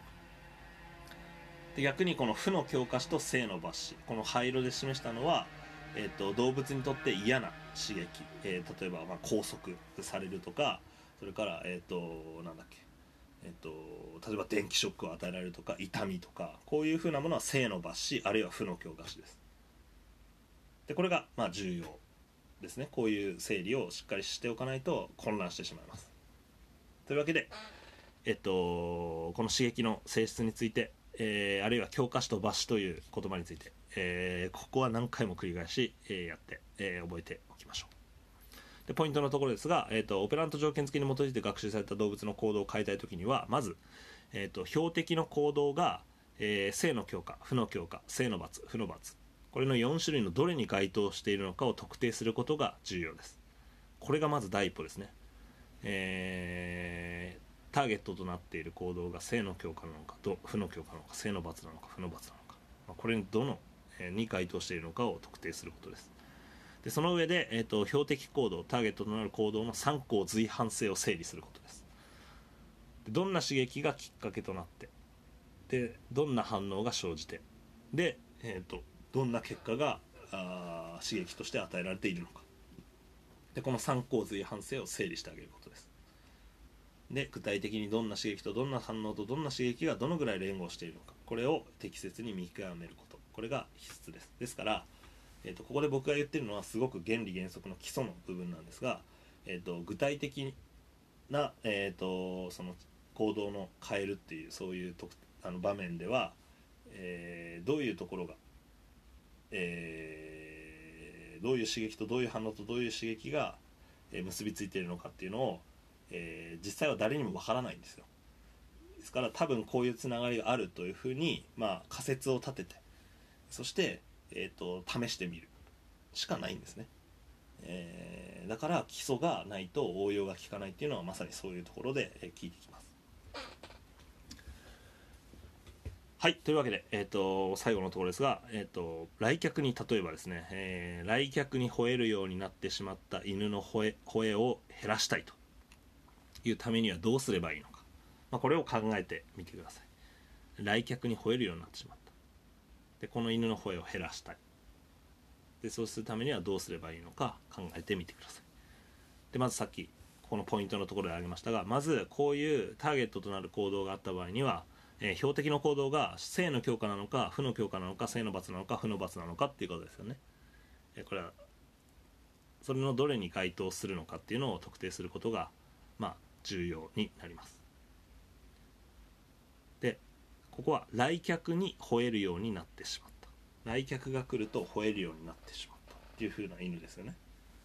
で逆にこの負の教科書と正の罰子、この灰色で示したのは、動物にとって嫌な刺激、例えば拘束されるとか、それからなんだっけ、例えば電気ショックを与えられるとか、痛みとか、こういうふうなものは正の罰子あるいは負の教科書です。でこれが重要ですね。こういう整理をしっかりしておかないと混乱してしまいます。というわけで、この刺激の性質について、あるいは教科書と罰子という言葉について、ここは何回も繰り返し、やって、覚えておきましょう。でポイントのところですが、オペラント条件付きに基づいて学習された動物の行動を変えたいときには、まず、標的の行動が、正の教科、負の教科、正の罰、負の罰、これの4種類のどれに該当しているのかを特定することが重要です。これがまず第一歩ですね。ターゲットとなっている行動が正の教科なのか負の教科なのか、正の罰なのか負の罰なのか、これにどのに該当しているのかを特定することです。でその上で、標的行動、ターゲットとなる行動の参考随伴性を整理することです。でどんな刺激がきっかけとなって、でどんな反応が生じて、で、どんな結果が刺激として与えられているのか、でこの参考随伴性を整理してあげることです。で具体的にどんな刺激とどんな反応とどんな刺激がどのぐらい連合しているのか、これを適切に見極めること、これが必須です。ですから、ここで僕が言ってるのはすごく原理原則の基礎の部分なんですが、具体的な、その行動の変えるっていうそういう場面では、どういうところが、どういう刺激とどういう反応とどういう刺激が、結びついているのかっていうのを、実際は誰にもわからないんですよ。ですから多分こういうつながりがあるというふうに、仮説を立てて、そして、試してみるしかないんですね。だから基礎がないと応用が効かないっていうのはまさにそういうところで効いてきます。はい、というわけで、最後のところですが、来客に例えばですね、来客に吠えるようになってしまった犬の声を減らしたいというためにはどうすればいいのか、これを考えてみてください。来客に吠えるようになってしまった。でこの犬の吠えを減らしたい。でそうするためにはどうすればいいのか考えてみてください。でまずさっきこのポイントのところで挙げましたが、まずこういうターゲットとなる行動があった場合には、標的の行動が正の教科なのか負の教科なのか、正の罰なのか負の罰なのかっていうことですよね。これはそれのどれに該当するのかっていうのを特定することが重要になります。でここは来客に吠えるようになってしまった、来客が来ると吠えるようになってしまったっていう風な犬ですよね。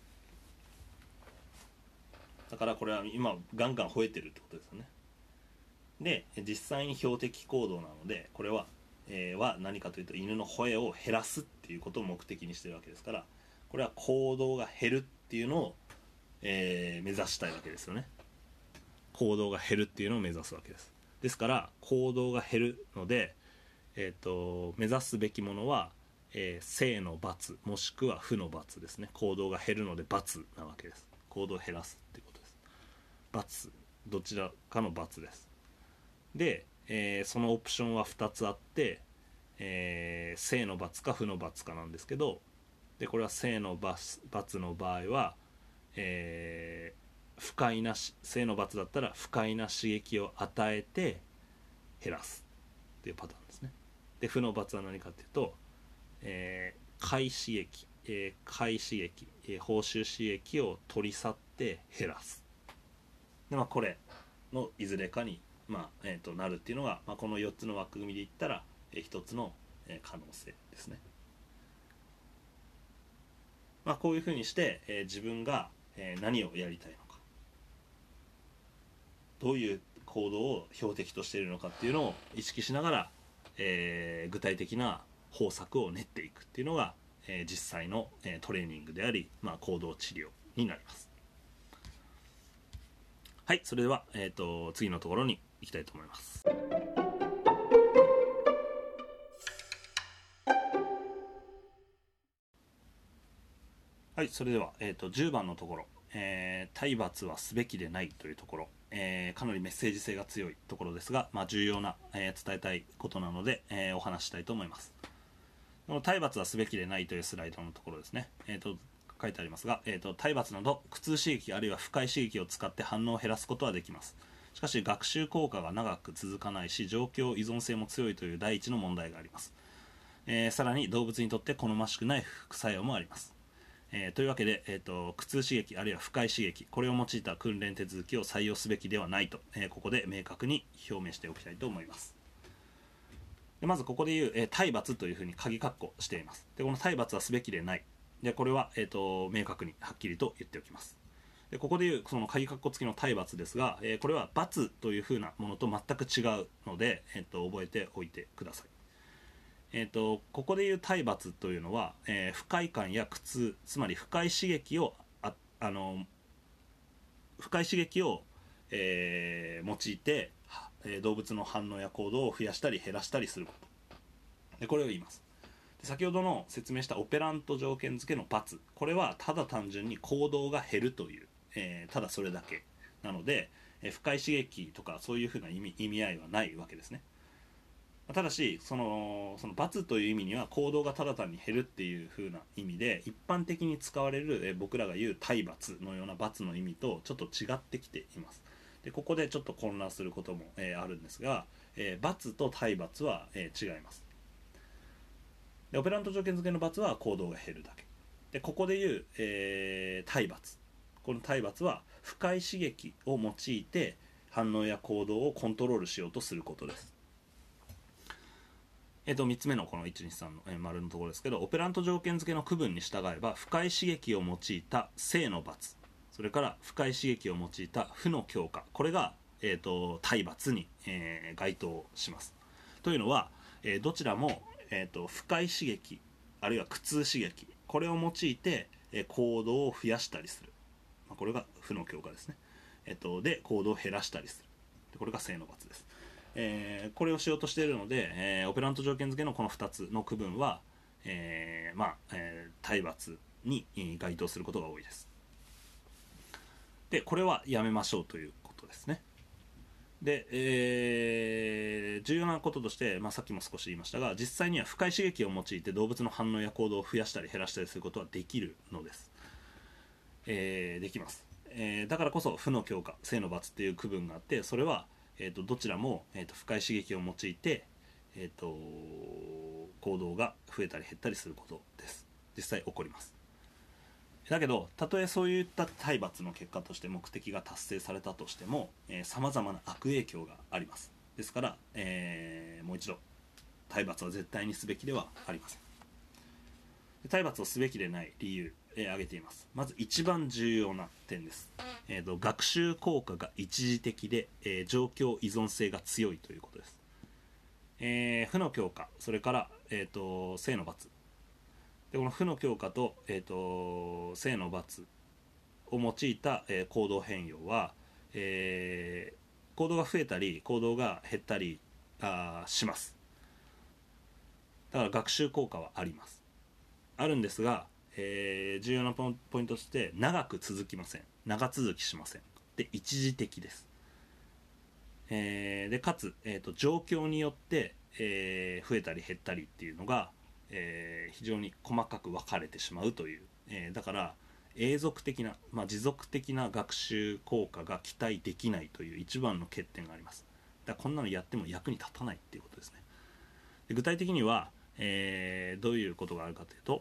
だからこれは今ガンガン吠えてるってことですよね。で実際に標的行動なので、これは、何かというと犬の吠えを減らすっていうことを目的にしてるわけですから、これは行動が減るっていうのを、 目指したいわけですよね。行動が減るっていうのを目指すわけです。ですから行動が減るので、目指すべきものは、正の罰もしくは負の罰ですね。行動が減るので罰なわけです。行動を減らすっていうことです。罰、どちらかの罰です。で、そのオプションは2つあって、正の罰か負の罰かなんですけど、でこれは正の罰の場合は、不快な正の罰だったら不快な刺激を与えて減らすっていうパターンですね。で負の罰は何かっていうと、快刺激、快刺激、報酬刺激を取り去って減らす。で、これのいずれかに、なるっていうのが、この4つの枠組みで言ったら、1つの、可能性ですね。こういうふうにして、自分が、何をやりたいのか、どういう行動を標的としているのかっていうのを意識しながら、具体的な方策を練っていくっていうのが、実際の、トレーニングであり、行動治療になります。はい、それでは、次のところに行きたいと思います。はい、それでは、10番のところ、体罰はすべきでないというところ、かなりメッセージ性が強いところですが、重要な、伝えたいことなので、お話したいと思います。この体罰はすべきでないというスライドのところですね、書いてありますが、体罰など苦痛刺激あるいは不快刺激を使って反応を減らすことはできます。しかし学習効果が長く続かないし、状況依存性も強いという第一の問題があります。さらに動物にとって好ましくない副作用もあります。というわけで、苦痛刺激あるいは不快刺激、これを用いた訓練手続きを採用すべきではないと、ここで明確に表明しておきたいと思います。でまずここでいう、体罰というふうに鍵括弧しています。でこの体罰はすべきでないで、これは、明確にはっきりと言っておきます。でここでいうその鍵括弧付きの体罰ですが、これは罰というふうなものと全く違うので、覚えておいてください。ここでいう体罰というのは、不快感や苦痛、つまり不快刺激を用いて、動物の反応や行動を増やしたり減らしたりすることで、これを言います。で先ほどの説明したオペラント条件付けの罰、これはただ単純に行動が減るという、ただそれだけなので、不快刺激とかそういうふうな意味合いはないわけですね。ただしその罰という意味には行動がただ単に減るっていう風な意味で一般的に使われる、僕らが言う体罰のような罰の意味とちょっと違ってきています。でここでちょっと混乱することも、あるんですが、罰と体罰は、違います。でオペラント条件付けの罰は行動が減るだけで、ここで言う、体罰、この体罰は不快刺激を用いて反応や行動をコントロールしようとすることです。3つ目のこの123の丸のところですけど、オペラント条件付けの区分に従えば不快刺激を用いた正の罰、それから不快刺激を用いた負の強化、これが、体罰に、該当します。というのは、どちらも、不快刺激あるいは苦痛刺激、これを用いて、行動を増やしたりする、これが負の強化ですね。で行動を減らしたりする、これが正の罰です。これをしようとしているので、オペラント条件付けのこの2つの区分は、体罰に該当することが多いです。でこれはやめましょうということですね。で、重要なこととして、さっきも少し言いましたが、実際には不快刺激を用いて動物の反応や行動を増やしたり減らしたりすることはできるのです。できます。だからこそ負の強化正の罰っていう区分があって、それはどちらも、不快刺激を用いて、行動が増えたり減ったりすることです。実際起こります。だけどたとえそういった体罰の結果として目的が達成されたとしてもさまざまな悪影響があります。ですから、もう一度体罰は絶対にすべきではありません。体罰をすべきでない理由、挙げています。まず一番重要な点です。学習効果が一時的で、状況依存性が強いということです。負の強化、それから、正の罰で、この負の強化と、正の罰を用いた、行動変容は、行動が増えたり行動が減ったりします。だから学習効果はあります。あるんですが、重要なポイントとして長く続きません。長続きしません。で、一時的です。でかつ、状況によって、増えたり減ったりっていうのが、非常に細かく分かれてしまうという、だから永続的な、持続的な学習効果が期待できないという一番の欠点があります。だからこんなのやっても役に立たないっていうことですね。で具体的には、どういうことがあるかというと、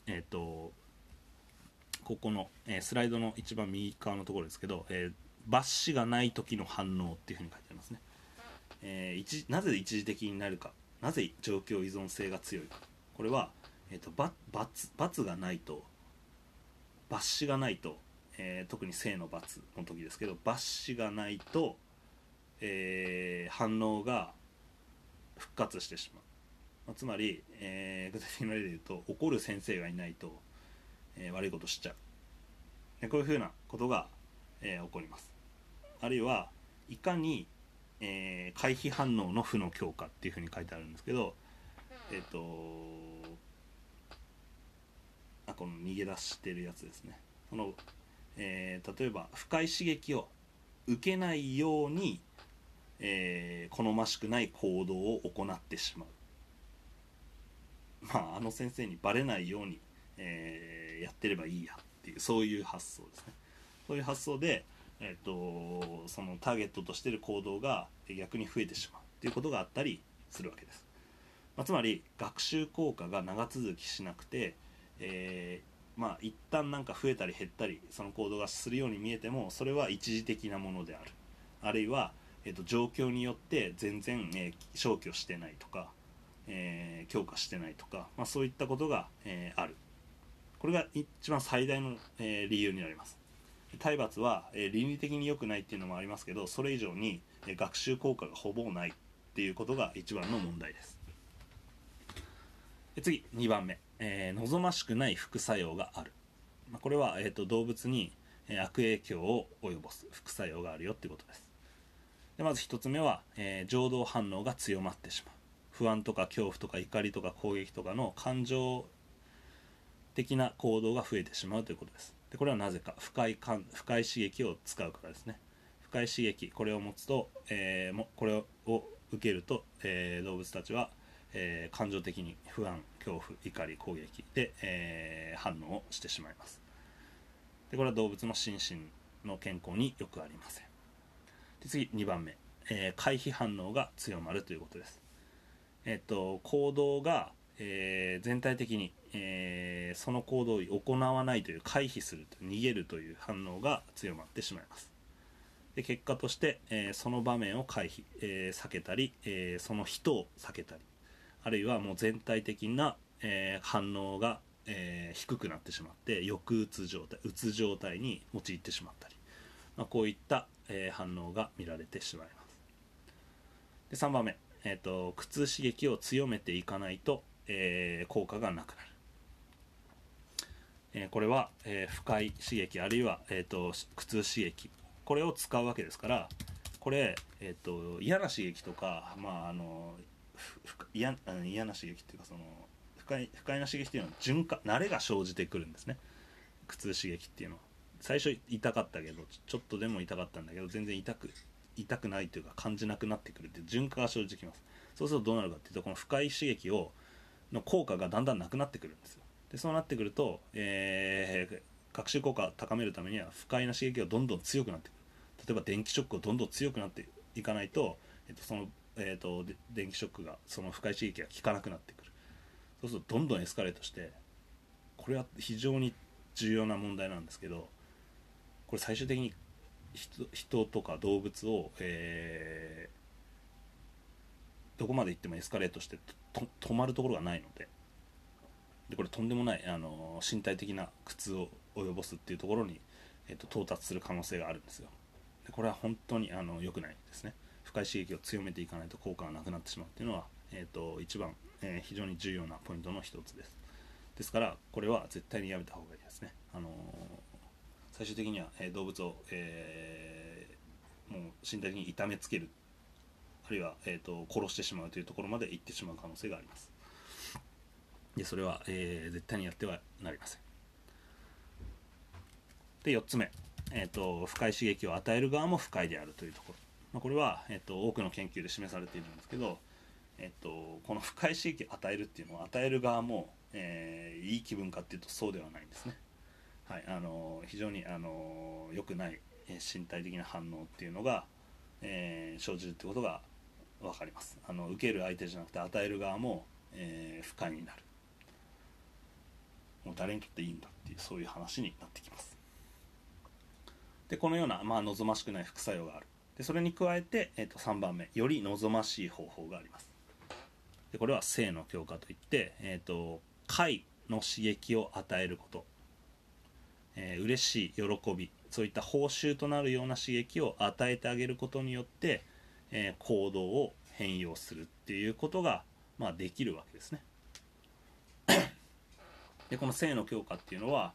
ここの、スライドの一番右側のところですけど、抜歯がない時の反応っていうふうに書いてありますね。なぜ一時的になるか、なぜ状況依存性が強いか、これは、×がないと、抜歯がないと、特に正の×の時ですけど、抜歯がないと、反応が復活してしまう。つまり、具体的な例で言うと、怒る先生がいないと、悪いことしちゃう。でこういうふうなことが、起こります。あるいはいかに、回避反応の負の強化っていうふうに書いてあるんですけど、この逃げ出してるやつですね。例えば不快刺激を受けないように、好ましくない行動を行ってしまう。あの先生にバレないように、やってればいいやっていう、そういう発想ですね。そういう発想で、そのターゲットとしている行動が逆に増えてしまうっていうことがあったりするわけです。つまり学習効果が長続きしなくて、一旦なんか増えたり減ったりその行動がするように見えても、それは一時的なものである。あるいは、状況によって全然、消去してないとか、強化してないとか、そういったことが、ある。これが一番最大の、理由になります。体罰は、倫理的に良くないっていうのもありますけど、それ以上に、学習効果がほぼないっていうことが一番の問題です。次2番目、望ましくない副作用がある。これは、動物に悪影響を及ぼす副作用があるよっていうことです。でまず1つ目は、情動反応が強まってしまう。不安とか恐怖とか怒りとか攻撃とかの感情的な行動が増えてしまうということです。でこれはなぜか、不快刺激を使うからですね。不快刺激、これを持つと、これを受けると、動物たちは、感情的に不安、恐怖、怒り、攻撃で、反応をしてしまいます。でこれは動物の心身の健康によくありません。で次2番目、回避反応が強まるということです。行動が、全体的に、その行動を行わないという、回避すると逃げるという反応が強まってしまいます。で結果として、その場面を回避、避けたり、その人を避けたり、あるいはもう全体的な、反応が、低くなってしまって抑うつ状態に陥ってしまったり、こういった、反応が見られてしまいます。で3番目、苦痛刺激を強めていかないと、効果がなくなる。これは、不快刺激あるいは、苦痛刺激、これを使うわけですから、これ、嫌な刺激とか、嫌な刺激っていうか、その不快な刺激っていうのは慣れが生じてくるんですね。苦痛刺激っていうのは最初痛かったけど、ちょっとでも痛かったんだけど全然痛くないというか感じなくなってくるっていう循環が生じてきます。そうするとどうなるかっていうと、この不快刺激の効果がだんだんなくなってくるんですよ。でそうなってくると、学習効果を高めるためには不快な刺激がどんどん強くなってくる。例えば電気ショックがどんどん強くなっていかないと、その、電気ショックがその不快刺激が効かなくなってくる。そうするとどんどんエスカレートして、これは非常に重要な問題なんですけど、これ最終的に人とか動物を、どこまで行ってもエスカレートして止まるところがないので、これとんでもない身体的な苦痛を及ぼすっていうところに、到達する可能性があるんですよ。でこれは本当に良くないですね。不快刺激を強めていかないと効果がなくなってしまうっていうのは、一番、非常に重要なポイントの一つです。ですからこれは絶対にやめた方がいいですね。最最終的には、動物を、もう身体的に痛めつける、あるいは、殺してしまうというところまで行ってしまう可能性があります。でそれは、絶対にやってはなりません。で4つ目、不快刺激を与える側も不快であるというところ、これは、多くの研究で示されているんですけど、この不快刺激を与えるっていうのは与える側も、いい気分かっていうとそうではないんですね。はい、非常に良くない身体的な反応っていうのが、生じるってことが分かります。受ける相手じゃなくて与える側も、不快になる。もう誰にとっていいんだっていうそういう話になってきます。でこのような、望ましくない副作用がある。でそれに加えて、3番目、より望ましい方法があります。でこれは性の強化といって、快の刺激を与えること、嬉しい喜び、そういった報酬となるような刺激を与えてあげることによって、行動を変容するっていうことが、できるわけですね。でこの性の強化っていうのは、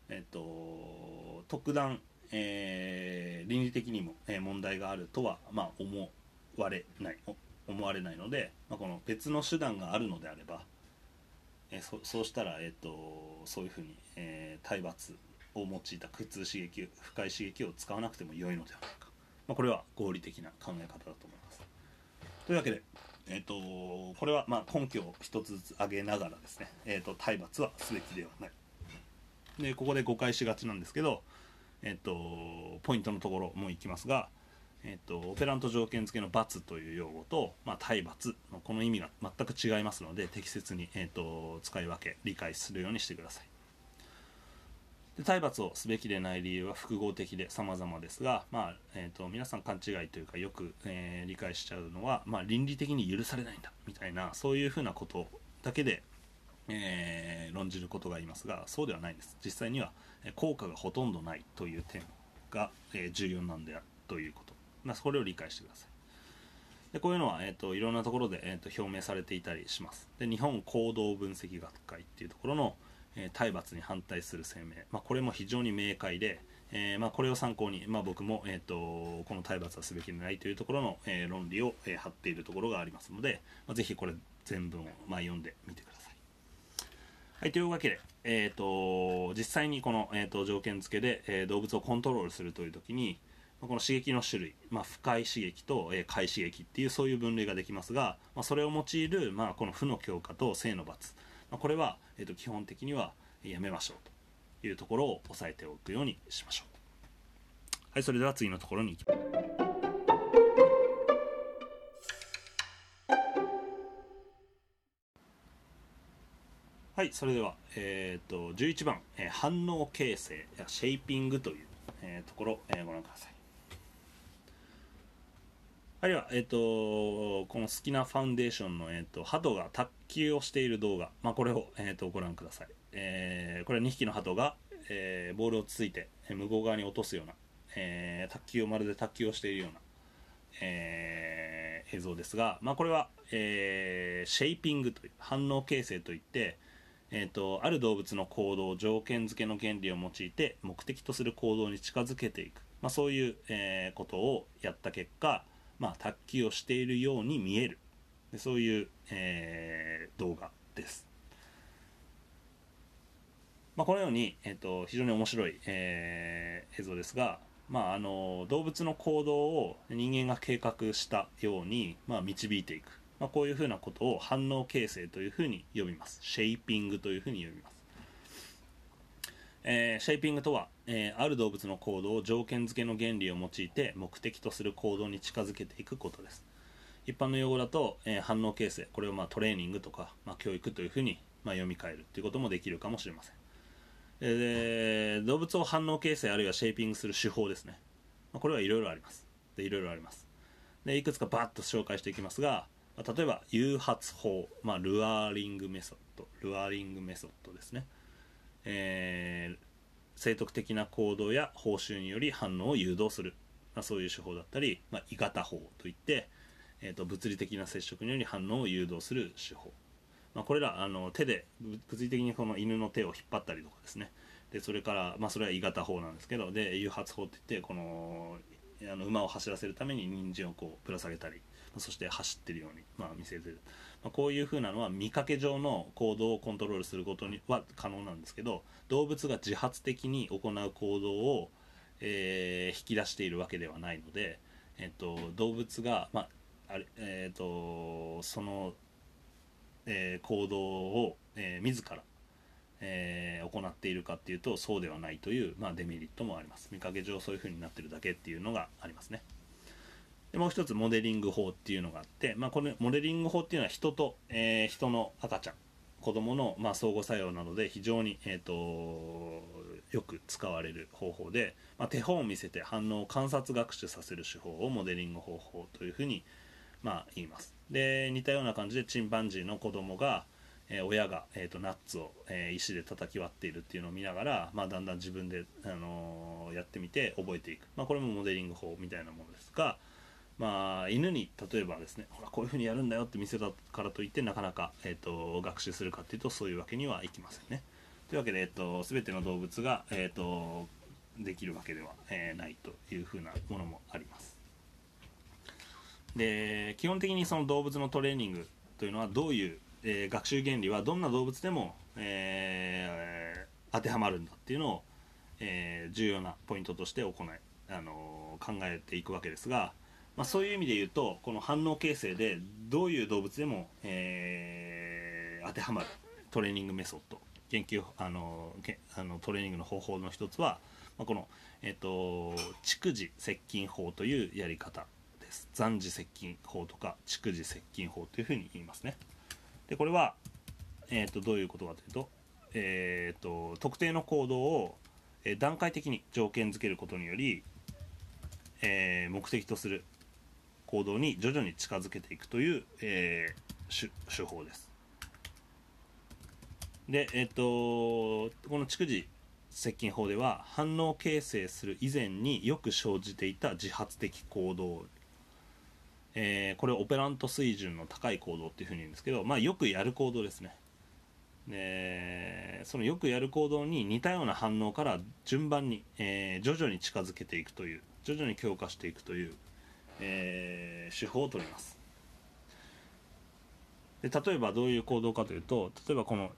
特段、倫理的にも、問題があるとは、思われないので、この別の手段があるのであれば、そうしたら、そういうふうに、体罰を用いた苦痛刺激、不快刺激を使わなくても良いのではないか、これは合理的な考え方だと思います。というわけで、これは根拠を一つずつ挙げながらですね、体罰はすべきではない。でここで誤解しがちなんですけど、ポイントのところもいきますが、オペラント条件付けの罰という用語と、体罰のこの意味が全く違いますので、適切に、使い分け理解するようにしてください。で体罰をすべきでない理由は複合的で様々ですが、皆さん勘違いというかよく、理解しちゃうのは、倫理的に許されないんだみたいな、そういうふうなことだけで、論じることがありますが、そうではないんです。実際には効果がほとんどないという点が、重要なんであるということ、それを理解してください。でこういうのは、いろんなところで、表明されていたりします。で日本行動分析学会っていうところの、体罰に反対する声明、これも非常に明快で、これを参考に、僕も、この体罰はすべきでないというところの、論理を、張っているところがありますので、ぜひこれ全文を、読んでみてください。はい、というわけで、実際にこの、条件付けで、動物をコントロールするというときに、この刺激の種類、不快刺激と、快刺激っていうそういう分類ができますが、それを用いる、この負の強化と性の罰、これは、基本的にはやめましょうというところを押さえておくようにしましょう。はい、それでは次のところに行きます。はい、それでは、11番、反応形成やシェイピングという、ところ、ご覧ください。あるいは、この好きなファンデーションの、鳩が卓球をしている動画、これを、ご覧ください。これは2匹の鳩が、ボールをつついて向こう側に落とすような、まるで卓球をしているような、映像ですが、これは、シェイピングという反応形成といって、ある動物の行動条件付けの原理を用いて目的とする行動に近づけていく、そういう、ことをやった結果、卓球をしているように見える、そういう、動画です。このように、非常に面白い、映像ですが、動物の行動を人間が計画したように、導いていく、こういうふうなことを反応形成というふうに呼びます。シェイピングというふうに呼びます。シェイピングとは、ある動物の行動を条件付けの原理を用いて目的とする行動に近づけていくことです。一般の用語だと、反応形成、これをトレーニングとか、教育というふうに、読み替えるということもできるかもしれません。動物を反応形成あるいはシェイピングする手法ですね、これはいろいろあります。いろいろあります。でいくつかバッと紹介していきますが、例えば誘発法、ルアーリングメソッドですね。生徳的な行動や報酬により反応を誘導する、そういう手法だったり、鋳型法といって、物理的な接触により反応を誘導する手法、これら手で物理的にこの犬の手を引っ張ったりとかですね、 でそれから、それは鋳型法なんですけど、で誘発法っていって、この馬を走らせるために人参をこうぶら下げたり、そして走ってるように、見せてる、こういう風なのは見かけ上の行動をコントロールすることには可能なんですけど、動物が自発的に行う行動を、引き出しているわけではないので、動物が、その、行動を、自ら行っているかっていうとそうではないという、デメリットもあります。見かけ上そういう風になってるだけっていうのがありますね。でもう一つモデリング法っていうのがあって、このモデリング法っていうのは人と、人の赤ちゃん子供の、相互作用などで非常に、よく使われる方法で、手本を見せて反応を観察学習させる手法をモデリング方法というふうに、言います。で似たような感じでチンパンジーの子供が親が、ナッツを、石で叩き割っているっていうのを見ながら、だんだん自分で、やってみて覚えていく、これもモデリング法みたいなものですが、犬に例えばですね、ほらこういうふうにやるんだよって見せたからといってなかなか、学習するかっていうとそういうわけにはいきませんね。というわけで、全ての動物が、できるわけでは、ないというふうなものもあります。で基本的にその動物のトレーニングというのはどういう学習原理はどんな動物でも、当てはまるんだっていうのを、重要なポイントとして考えていくわけですが、そういう意味で言うとこの反応形成でどういう動物でも、当てはまるトレーニングメソッド研究トレーニングの方法の一つは、この、逐次接近法というやり方です。暫時接近法とか逐次接近法というふうに言いますね。でこれは、どういうことかというと、特定の行動を段階的に条件付けることにより、目的とする行動に徐々に近づけていくという、手法です。で、この逐次接近法では反応形成する以前によく生じていた自発的行動、これをオペラント水準の高い行動っていうふうに言うんですけど、よくやる行動ですね。でそのよくやる行動に似たような反応から順番に、徐々に近づけていくという、徐々に強化していくという、手法を取ります。で例えばどういう行動かというと、例えばこの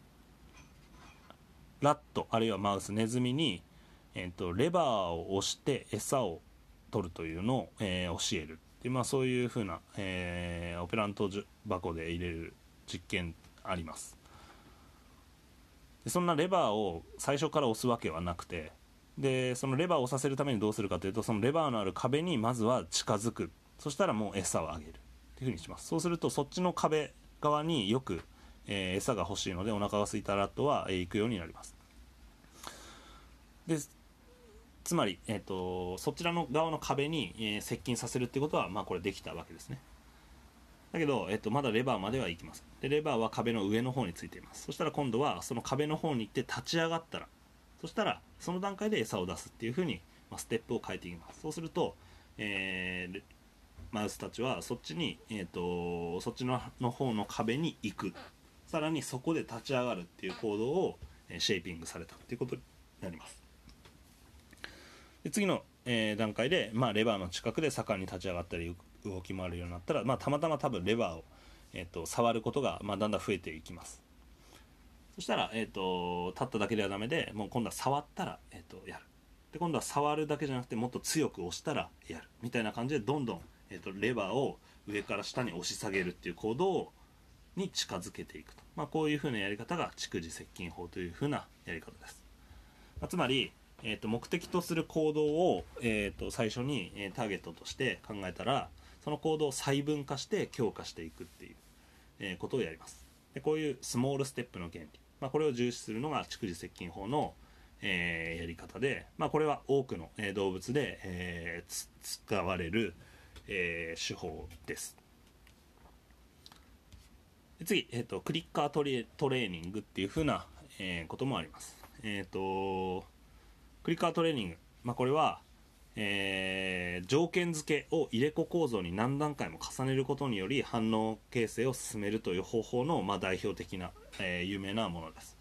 ラットあるいはマウスネズミに、レバーを押して餌を取るというのを、教えるで、そういうふうな、オペラント箱で入れる実験あります。でそんなレバーを最初から押すわけはなくて、でそのレバーを押させるためにどうするかというと、そのレバーのある壁にまずは近づく。そしたらもう餌をあげるというふうにします。そうするとそっちの壁側によく、餌が欲しいのでお腹が空いたラットは、行くようになります。でつまり、そちらの側の壁に、接近させるっていうことは、これできたわけですね。だけど、まだレバーまではいきます。でレバーは壁の上の方についています。そしたら今度はその壁の方に行って立ち上がったら、そしたらその段階で餌を出すっていうふうに、ステップを変えていきます。そうすると、マウスたちはそっちに、そっちの方の壁に行く、さらにそこで立ち上がるっていう行動を、シェイピングされたっていうことになります。で次の、段階で、レバーの近くで盛んに立ち上がったり動き回るようになったら、たまたま多分レバーを、触ることが、だんだん増えていきます。そしたら、立っただけではダメで、もう今度は触ったら、やる。で今度は触るだけじゃなくてもっと強く押したらやるみたいな感じでどんどん、レバーを上から下に押し下げるっていう行動に近づけていくと、こういう風なやり方が逐次接近法という風なやり方です。つまり、目的とする行動を、最初に、ターゲットとして考えたら、その行動を細分化して強化していくっていう、ことをやります。でこういうスモールステップの原理、これを重視するのが逐次接近法の、やり方で、これは多くの、動物で、使われる、手法です。で次、クリッカートレーニングっていう風な、こともあります。クリッカートレーニング、これは、条件付けを入れ子構造に何段階も重ねることにより反応形成を進めるという方法の、代表的な、有名なものです。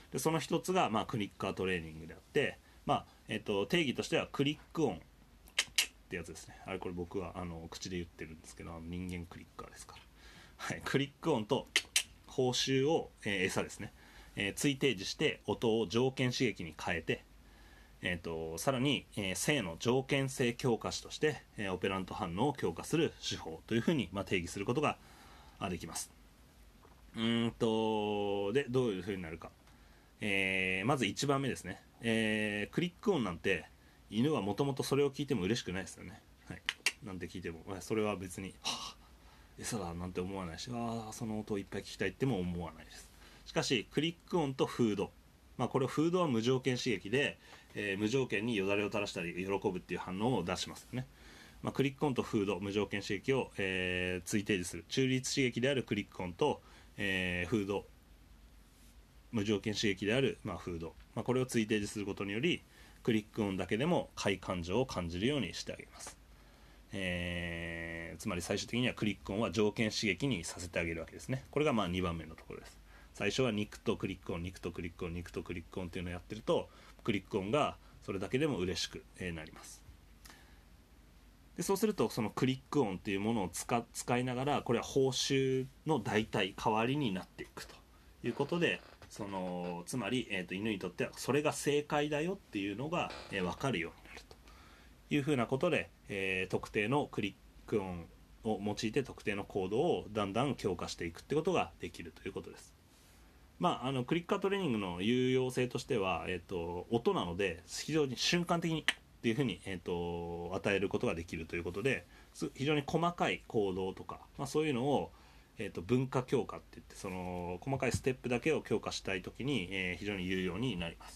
でその一つが、クリッカートレーニングであって、定義としてはクリック音ってやつですね。これ僕は口で言ってるんですけど、人間クリッカーですから、はい、クリック音と報酬を、餌ですね、追定時して音を条件刺激に変えて、さらに、正の条件性強化詞として、オペラント反応を強化する手法というふうに、定義することができます。でどういうふうになるか、まず1番目ですね、クリック音なんて犬はもともとそれを聞いても嬉しくないですよね。はい、なんて聞いてもそれは別にはぁ餌だなんて思わないし、その音をいっぱい聞きたいっても思わないです。しかしクリック音とフード、これフードは無条件刺激で、無条件によだれを垂らしたり喜ぶっていう反応を出しますよね。クリック音とフード無条件刺激を、追定時する中立刺激であるクリック音と、フード無条件刺激である、フード、これを追定時することによりクリック音だけでも快感情を感じるようにしてあげます。つまり最終的にはクリック音は条件刺激にさせてあげるわけですね。これが2番目のところです。最初は肉とクリック音肉とクリック音肉とクリック音っていうのをやってるとクリック音がそれだけでも嬉しくなります。でそうするとそのクリック音っていうものを使いながら、これは報酬の代替代わりになっていくということで、つまり、犬にとってはそれが正解だよっていうのが、分かるようになるというふうなことで、特定のクリック音を用いて特定の行動をだんだん強化していくってことができるということです。クリッカートレーニングの有用性としては、音なので非常に瞬間的にっていうふうに、与えることができるということで、非常に細かい行動とか、そういうのを、文化強化っていって、その細かいステップだけを強化したいときに、非常に有用になります。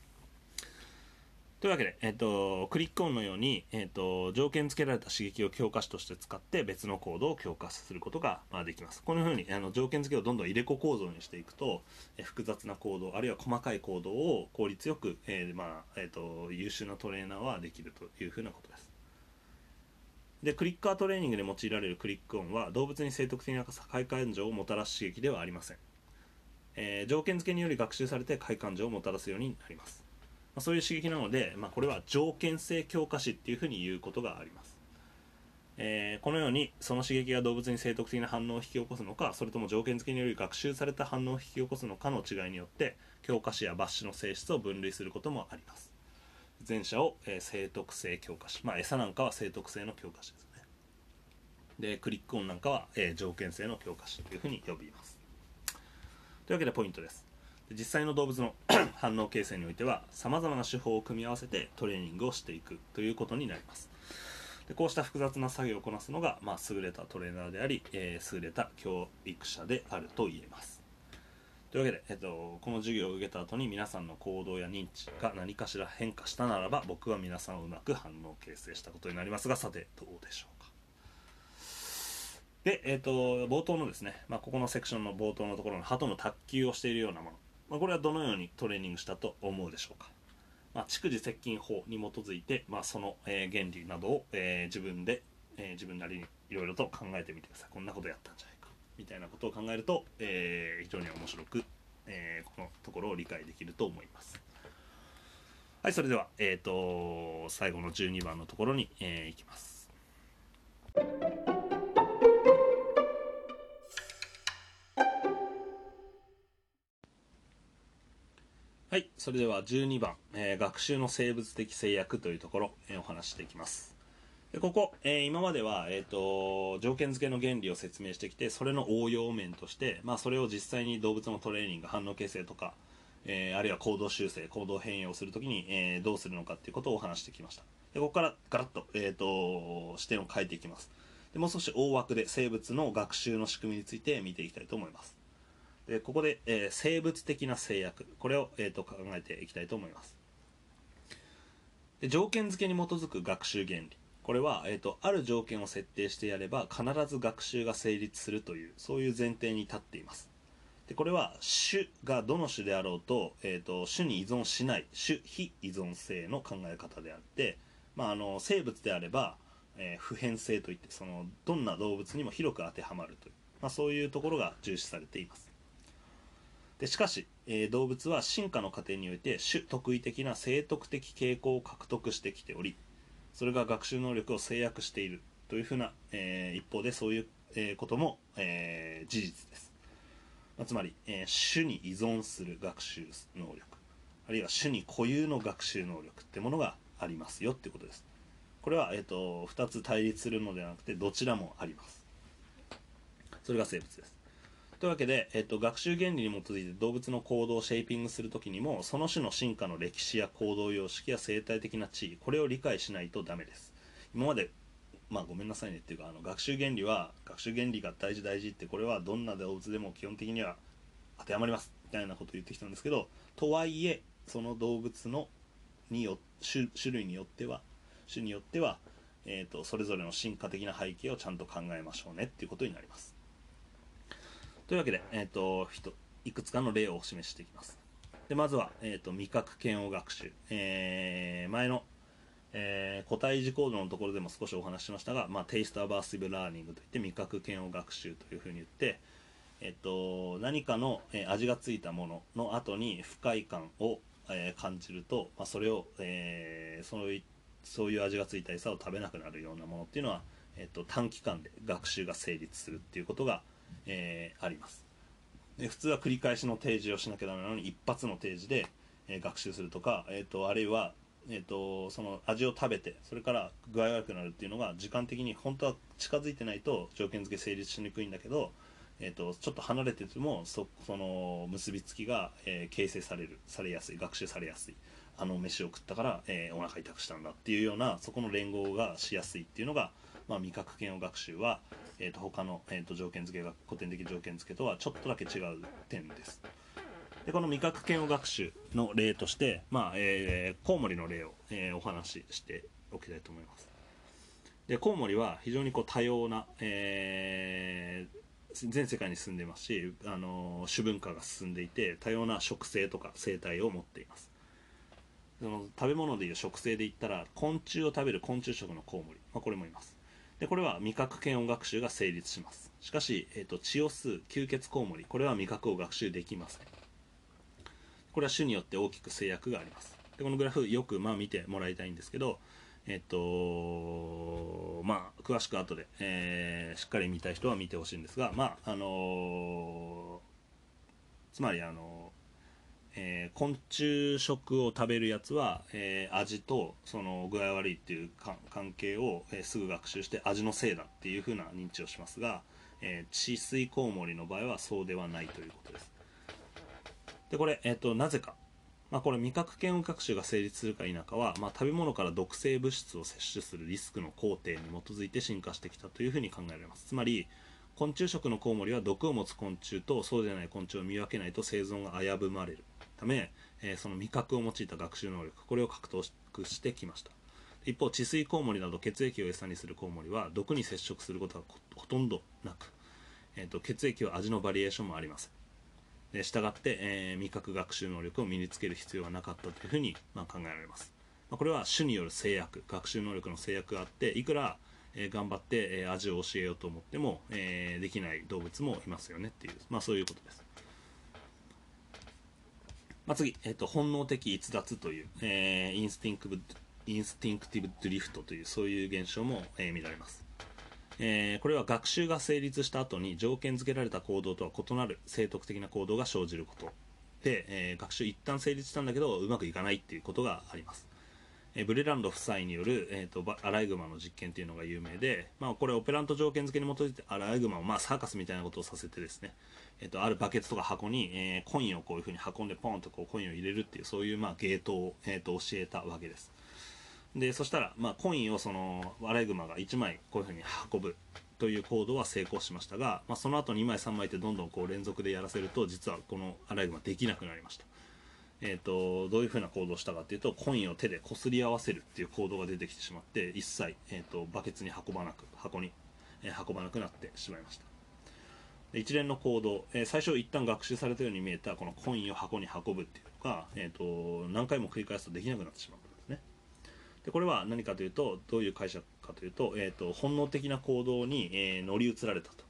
というわけで、クリックオンのように、条件付けられた刺激を強化詞として使って別のコードを強化することができます。このように条件付けをどんどん入れ子構造にしていくと、複雑なコードあるいは細かいコードを効率よく、優秀なトレーナーはできるというふうなことです。でクリッカートレーニングで用いられるクリックオンは動物に生徳的な快感情をもたらす刺激ではありません。条件付けにより学習されて快感情をもたらすようになります。そういう刺激なので、これは条件性強化詞っていうふうに言うことがあります。このようにその刺激が動物に生徳的な反応を引き起こすのか、それとも条件付けにより学習された反応を引き起こすのかの違いによって強化詞や抜詞の性質を分類することもあります。前者を、生徳性強化詞、餌なんかは生徳性の強化詞ですね。でクリックオンなんかは、条件性の強化詞というふうに呼びます。というわけでポイントです。実際の動物の反応形成においてはさまざまな手法を組み合わせてトレーニングをしていくということになります。でこうした複雑な作業をこなすのが、優れたトレーナーであり、優れた教育者であると言えます。というわけで、この授業を受けた後に皆さんの行動や認知が何かしら変化したならば、僕は皆さんをうまく反応形成したことになりますが、さてどうでしょうか。で、冒頭のですね、ここのセクションの冒頭のところの鳩の卓球をしているようなもの、これはどのようにトレーニングしたと思うでしょうか。逐次接近法に基づいて、その、原理などを、自分なりにいろいろと考えてみてください。こんなことやったんじゃないかみたいなことを考えると、非常に面白く、このところを理解できると思います。はい、それでは、最後の12番のところに、行きます。はい、それでは12番、学習の生物的制約というところ、お話していきます。でここ、今までは、条件付けの原理を説明してきて、それの応用面として、それを実際に動物のトレーニング、反応形成とか、あるいは行動修正、行動変容するときに、どうするのかということをお話してきました。でここからガラッと、視点を変えていきます。でもう少し大枠で生物の学習の仕組みについて見ていきたいと思います。でここで、生物的な制約、これを、考えていきたいと思います。で条件付けに基づく学習原理、これは、ある条件を設定してやれば必ず学習が成立するという、そういう前提に立っています。でこれは種がどの種であろうと、種に依存しない種非依存性の考え方であって、生物であれば、普遍性といって、そのどんな動物にも広く当てはまるという、そういうところが重視されています。 でしかし、動物は進化の過程において種特異的な生徳的傾向を獲得してきており、それが学習能力を制約しているというふうな、一方でそういう、ことも、事実です。つまり、種に依存する学習能力、あるいは種に固有の学習能力ってものがありますよっていうことです。これは、2つ対立するのではなくてどちらもあります。それが生物です。というわけで、学習原理に基づいて動物の行動をシェイピングするときにも、その種の進化の歴史や行動様式や生態的な地位、これを理解しないとダメです。今までごめんなさいねっていうか、学習原理が大事って、これはどんな動物でも基本的には当てはまりますみたいなことを言ってきたんですけど、とはいえその動物の種類によってはそれぞれの進化的な背景をちゃんと考えましょうねっていうことになります。というわけで、いくつかの例を示していきます。でまずは、味覚嫌悪学習、前の個体示行動のところでも少しお話ししましたが、テイストアバーシブラーニングといって味覚嫌悪学習というふうに言って、何かの味がついたものの後に不快感を感じると、それをそういう味がついた餌を食べなくなるようなものっていうのは、短期間で学習が成立するっていうことが、あります。で普通は繰り返しの提示をしなきゃダメなのに一発の提示で、学習するとか、あるいはその味を食べてそれから具合悪くなるっていうのが時間的に本当は近づいてないと条件付け成立しにくいんだけど、ちょっと離れててもその結びつきが、形成されやすい、学習されやすい、飯を食ったから、お腹痛くしたんだっていうようなそこの連合がしやすいっていうのが、味覚嫌悪学習は、他の、条件付けが古典的条件付けとはちょっとだけ違う点です。でこの味覚嫌悪学習の例として、コウモリの例を、お話ししておきたいと思います。でコウモリは非常に多様な、全世界に住んでいますし、種分化が進んでいて多様な食性とか生態を持っています。その食べ物でいう食性で言ったら昆虫を食べる昆虫食のコウモリ、これもいます。でこれは味覚嫌悪学習が成立します。しかし、血を吸う吸血コウモリ、これは味覚を学習できません。これは種によって大きく制約があります。でこのグラフよく見てもらいたいんですけど、詳しく後で、しっかり見たい人は見てほしいんですが、つまり昆虫食を食べるやつは、味とその具合悪いっていう関係を、すぐ学習して味のせいだっていう風な認知をしますが、血吸コウモリの場合はそうではないということです。でこれ、なぜか、これ味覚嫌悪学習が成立するか否かは、食べ物から毒性物質を摂取するリスクの肯定に基づいて進化してきたというふうに考えられます。つまり昆虫食のコウモリは毒を持つ昆虫とそうでない昆虫を見分けないと生存が危ぶまれるため、その味覚を用いた学習能力、これを獲得してきました。一方治水コウモリなど血液を餌にするコウモリは毒に接触することがほとんどなく、血液は味のバリエーションもありません。したがって、味覚学習能力を身につける必要はなかったというふうに、考えられます。これは種による制約、学習能力の制約があって、いくら、頑張って、味を教えようと思っても、できない動物もいますよねっていう、そういうことです。次、本能的逸脱という、インスティンクティブドリフトというそういう現象も、見られます。これは学習が成立した後に条件付けられた行動とは異なる生徳的な行動が生じることで、学習一旦成立したんだけどうまくいかないっていうことがあります。ブレランド夫妻による、アライグマの実験というのが有名で、これオペラント条件付けに基づいてアライグマをサーカスみたいなことをさせてですね、あるバケツとか箱に、コインをこういうふうに運んでポンとコインを入れるっていうそういう芸当を、教えたわけです。でそしたら、コインをそのアライグマが1枚こういうふうに運ぶという行動は成功しましたが、その後2枚3枚ってどんどん連続でやらせると実はこのアライグマできなくなりました。どういうふうな行動をしたかというとコインを手でこすり合わせるっていう行動が出てきてしまって一切、バケツに箱に、運ばなくなってしまいました。一連の行動、最初一旦学習されたように見えたこのコインを箱に運ぶっていうのが、何回も繰り返すとできなくなってしまう。でこれは何かというとどういう解釈かというと、本能的な行動に、乗り移られたと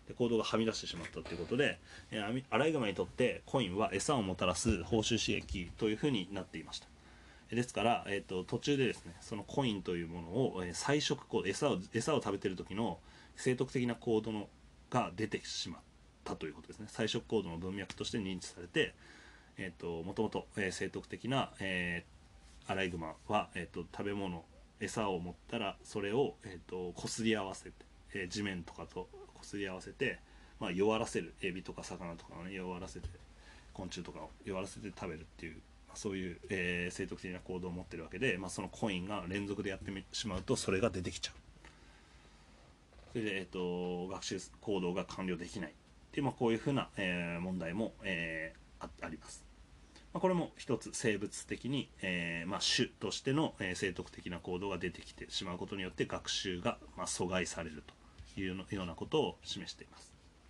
で行動がはみ出してしまったということで、アライグマにとってコインは餌をもたらす報酬刺激というふうになっていました。ですから、途中でですね、そのコインというものを、菜食行動、餌を食べている時の生徳的な行動が出てしまったということですね。菜食行動の文脈として認知されて、もともと生徳的な、アライグマは、食べ物、餌を持ったらそれを、こすり合わせて、地面とかとこすり合わせて、弱らせる、エビとか魚とかをね、弱らせて、昆虫とかを弱らせて食べるっていう、そういう、生徳的な行動を持ってるわけで、そのコインが連続でやってしまうとそれが出てきちゃう。それで、学習行動が完了できないっていう、こういうふうな、問題も、あります。これも一つ生物的に、種としての、生徳的な行動が出てきてしまうことによって学習が、阻害されるというようなことを示しています。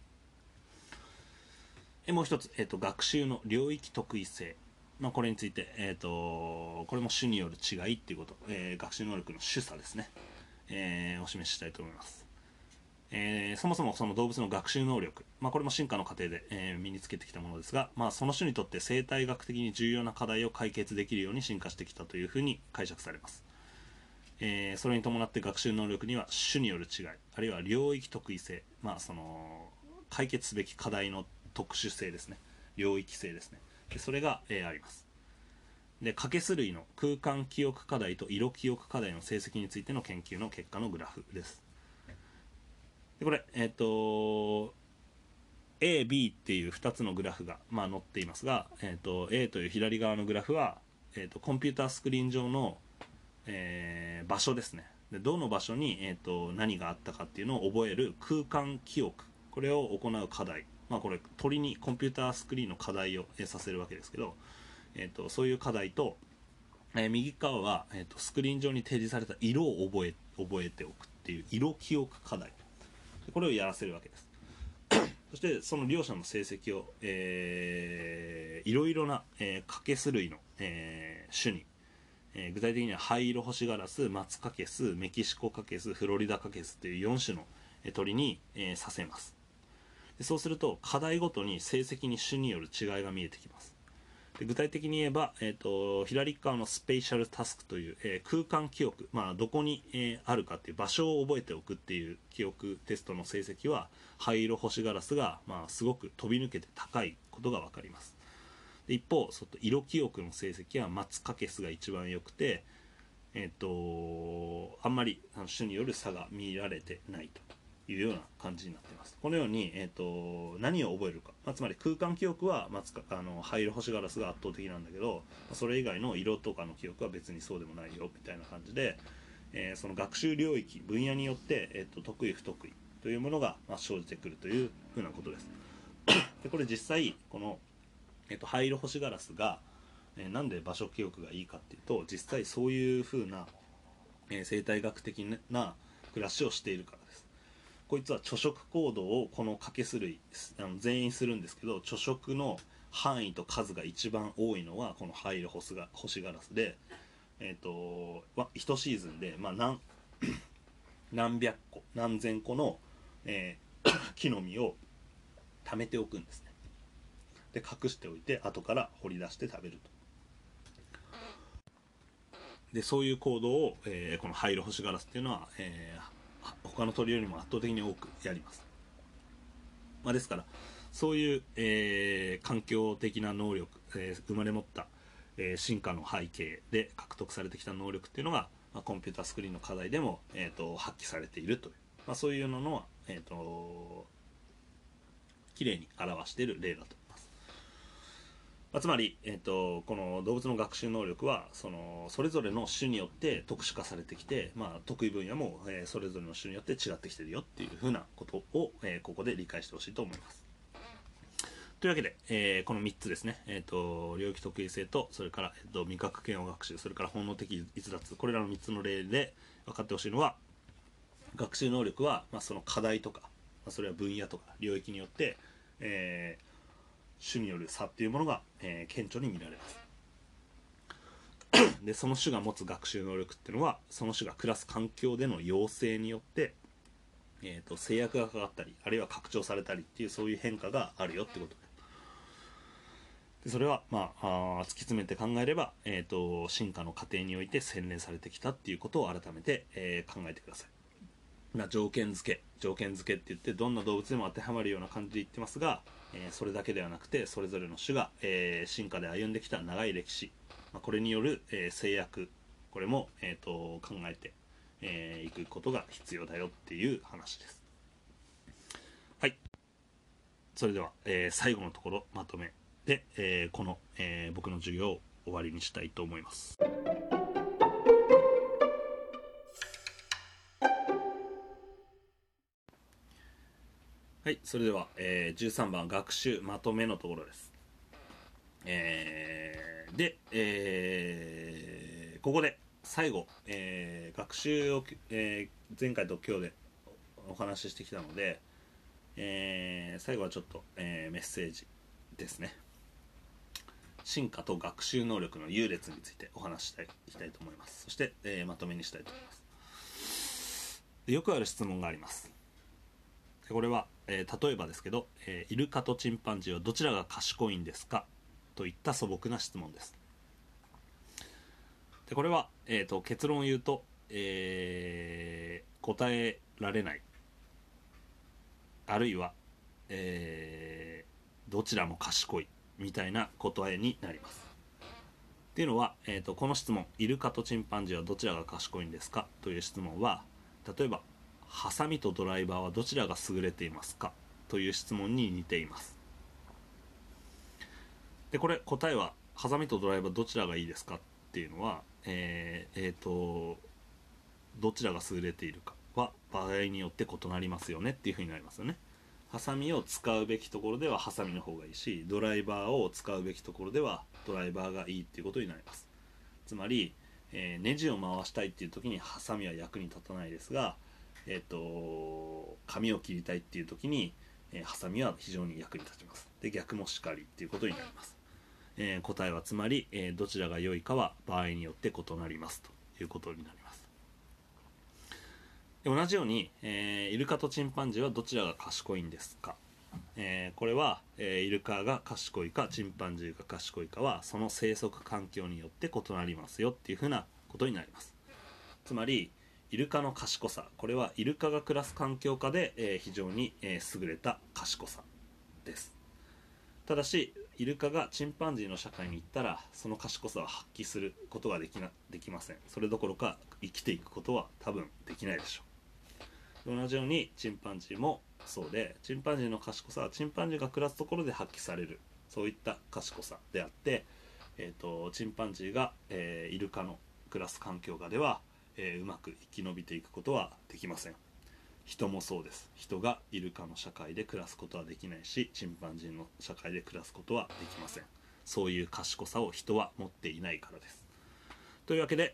もう一つ、学習の領域特異性、これについて、これも種による違いっていうこと、学習能力の種差ですね、お示ししたいと思います。そもそもその動物の学習能力、これも進化の過程で、身につけてきたものですが、その種にとって生態学的に重要な課題を解決できるように進化してきたというふうに解釈されます。それに伴って学習能力には種による違い、あるいは領域特異性、その解決すべき課題の特殊性ですね、領域性ですね、でそれが、あります。でカケス類の空間記憶課題と色記憶課題の成績についての研究の結果のグラフです。でこれA、B っていう2つのグラフが、載っていますが、A という左側のグラフは、コンピュータースクリーン上の、場所ですね。でどの場所に、何があったかっていうのを覚える空間記憶、これを行う課題、これ鳥にコンピュータースクリーンの課題を、させるわけですけど、そういう課題と、右側は、スクリーン上に提示された色を覚えておくっていう色記憶課題、これをやらせるわけです。そしてその両者の成績を、いろいろな、カケス類の、種に、具体的にはハイイロホシガラス、マツカケス、メキシコカケス、フロリダカケスという4種の鳥に、させます。でそうすると課題ごとに成績に種による違いが見えてきます。で具体的に言えば、左側のスペーシャルタスクという、空間記憶、どこに、あるかっていう場所を覚えておくっていう記憶テストの成績はハイイロホシガラスが、すごく飛び抜けて高いことが分かります。で一方色記憶の成績はマツカケスが一番良くて、あんまり種による差が見られてないというような感じになっています。このように、何を覚えるか、つまり空間記憶はハイイロホシガラスが圧倒的なんだけど、それ以外の色とかの記憶は別にそうでもないよみたいな感じで、その学習領域分野によって、得意不得意というものが、生じてくるというふうなことです。でこれ実際この、ハイイロホシガラスが、なんで場所記憶がいいかっていうと、実際そういうふうな、生態学的な暮らしをしているからです。こいつは貯食行動をこのカケス類全員するんですけど、貯食の範囲と数が一番多いのはこのハイイロホシガラスで、1シーズンで、何百個何千個の、木の実を貯めておくんですね。で隠しておいて後から掘り出して食べると。でそういう行動を、このハイイロホシガラスっていうのは、他の鳥よりも圧倒的に多くやります。ですからそういう、環境的な能力、生まれ持った、進化の背景で獲得されてきた能力っていうのが、コンピュータースクリーンの課題でも、発揮されているという、そういうのは、きれいに表している例だと思います。つまり、この動物の学習能力はそれぞれの種によって特殊化されてきて、得意分野も、それぞれの種によって違ってきてるよっていうふうなことを、ここで理解してほしいと思います。というわけで、この3つですね、領域特異性と、それから、味覚嫌悪学習、それから本能的逸脱、これらの3つの例で分かってほしいのは、学習能力は、その課題とか、それは分野とか領域によって、種による差っていうものが、顕著に見られます。でその種が持つ学習能力っていうのはその種が暮らす環境での要請によって、 制約がかかったり、あるいは拡張されたりっていう、そういう変化があるよってことで、それは突き詰めて考えれば、進化の過程において洗練されてきたっていうことを改めて、考えてください。条件付けって言ってどんな動物でも当てはまるような感じで言ってますが、それだけではなくて、それぞれの種が、進化で歩んできた長い歴史、これによる、制約、これも、考えていくことが必要だよっていう話です。はい、それでは、最後のところまとめで、この、僕の授業を終わりにしたいと思います。はい、それでは、13番学習まとめのところです。ここで最後、学習を、前回と今日でお話ししてきたので、最後はちょっと、メッセージですね。進化と学習能力の優劣についてお話ししていきたいと思います。そして、まとめにしたいと思います。よくある質問があります。これは、例えばですけど、イルカとチンパンジーはどちらが賢いんですかといった素朴な質問です。でこれは、結論を言うと、答えられない、あるいは、どちらも賢いみたいな答えになります。っていうのは、この質問、イルカとチンパンジーはどちらが賢いんですかという質問は、例えばハサミとドライバーはどちらが優れていますかという質問に似ています。でこれ答えはハサミとドライバーどちらがいいですかっていうのは、どちらが優れているかは場合によって異なりますよねっていうふうになりますよね。ハサミを使うべきところではハサミの方がいいし、ドライバーを使うべきところではドライバーがいいっていうことになります。つまり、ネジを回したいっていう時にハサミは役に立たないですが、紙を切りたいっていう時に、ハサミは非常に役に立ちます。で逆もしかりっていうことになります。答えはつまり、どちらが良いかは場合によって異なりますということになります。で同じように、イルカとチンパンジーはどちらが賢いんですか。これは、イルカが賢いかチンパンジーが賢いかはその生息環境によって異なりますよっていうふうなことになります。つまりイルカの賢さ、これはイルカが暮らす環境下で、非常に、優れた賢さです。ただしイルカがチンパンジーの社会に行ったらその賢さを発揮することができません。それどころか生きていくことは多分できないでしょう。同じようにチンパンジーもそうで、チンパンジーの賢さはチンパンジーが暮らすところで発揮される、そういった賢さであって、チンパンジーが、イルカの暮らす環境下では、うまく生き延びていくことはできません。人もそうです。人がイルカの社会で暮らすことはできないし、チンパンジーの社会で暮らすことはできません。そういう賢さを人は持っていないからです。というわけで、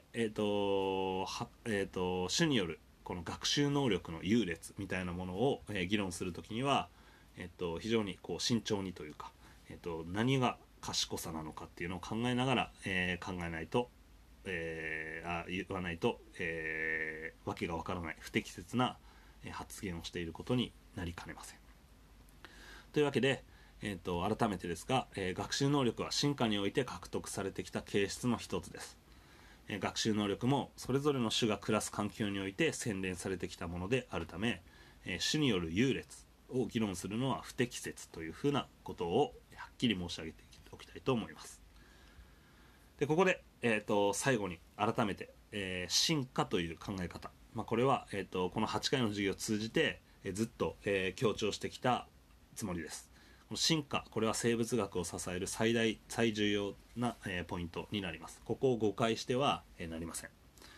種によるこの学習能力の優劣みたいなものを、議論するときには、非常にこう慎重にというか、何が賢さなのかっていうのを考えながら、考えないと、言わないと、わけがわからない不適切な発言をしていることになりかねません。というわけで、改めてですが、学習能力は進化において獲得されてきた形質の一つです。学習能力もそれぞれの種が暮らす環境において洗練されてきたものであるため、種による優劣を議論するのは不適切というふうなことをはっきり申し上げておきたいと思います。でここで、最後に改めて、進化という考え方、これは、この8回の授業を通じて、ずっと、強調してきたつもりです。この進化、これは生物学を支える最重要な、ポイントになります。ここを誤解しては、なりません。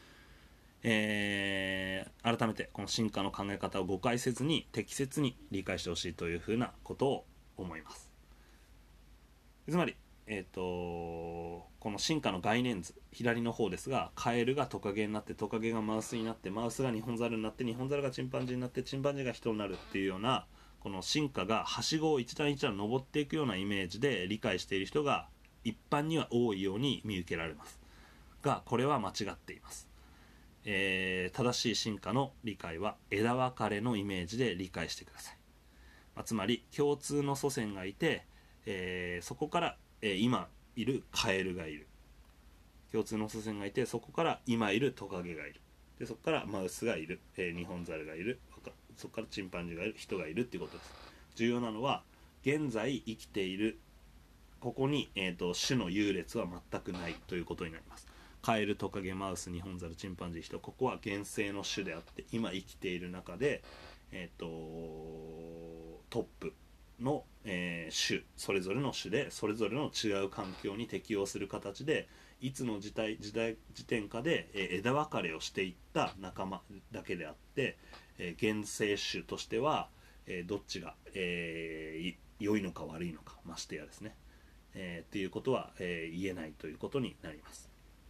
改めてこの進化の考え方を誤解せずに適切に理解してほしいというふうなことを思います。つまり、この進化の概念図、左の方ですが、カエルがトカゲになってトカゲがマウスになってマウスがニホンザルになってニホンザルがチンパンジーになってチンパンジーが人になるっていうような、この進化がはしごを一段一段登っていくようなイメージで理解している人が一般には多いように見受けられますが、これは間違っています。 正しい進化の理解は枝分かれのイメージで理解してください。つまり共通の祖先がいて、そこから、今いるカエルがいる、共通の祖先がいてそこから今いるトカゲがいる、でそこからマウスがいる、ニホンザルがいる、そこからチンパンジーがいる、人がいるっていうことです。重要なのは現在生きているここに、種の優劣は全くないということになります。カエル、トカゲ、マウス、ニホンザル、チンパンジー、人、ここは現生の種であって今生きている中で、トップの、種それぞれの種でそれぞれの違う環境に適応する形でいつの時点かで、枝分かれをしていった仲間だけであって、現生種としては、どっちが、良いのか悪いのかましてやですね、っていうことは、言えないということになります。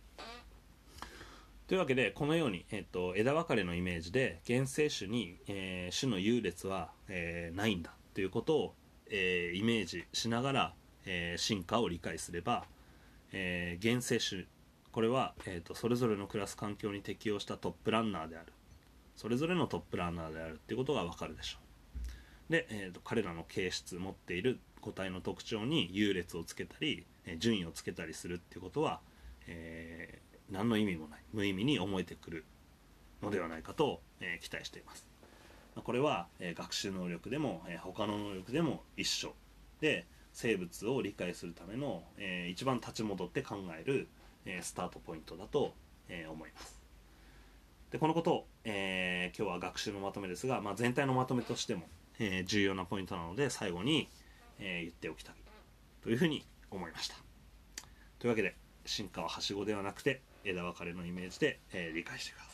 というわけでこのように、枝分かれのイメージで現生種に、種の優劣は、ないんだということを、イメージしながら、進化を理解すれば、現生種これは、それぞれの暮らす環境に適応したトップランナーである、それぞれのトップランナーであるっていうことが分かるでしょう。で、彼らの形質持っている個体の特徴に優劣をつけたり、順位をつけたりするっていうことは、何の意味もない無意味に思えてくるのではないかと、期待しています。これは、学習能力でも、他の能力でも一緒で、生物を理解するための、一番立ち戻って考える、スタートポイントだと、思います。でこのことを、今日は学習のまとめですが、全体のまとめとしても、重要なポイントなので最後に、言っておきたいというふうに思いました。というわけで進化ははしごではなくて枝分かれのイメージで、理解してください。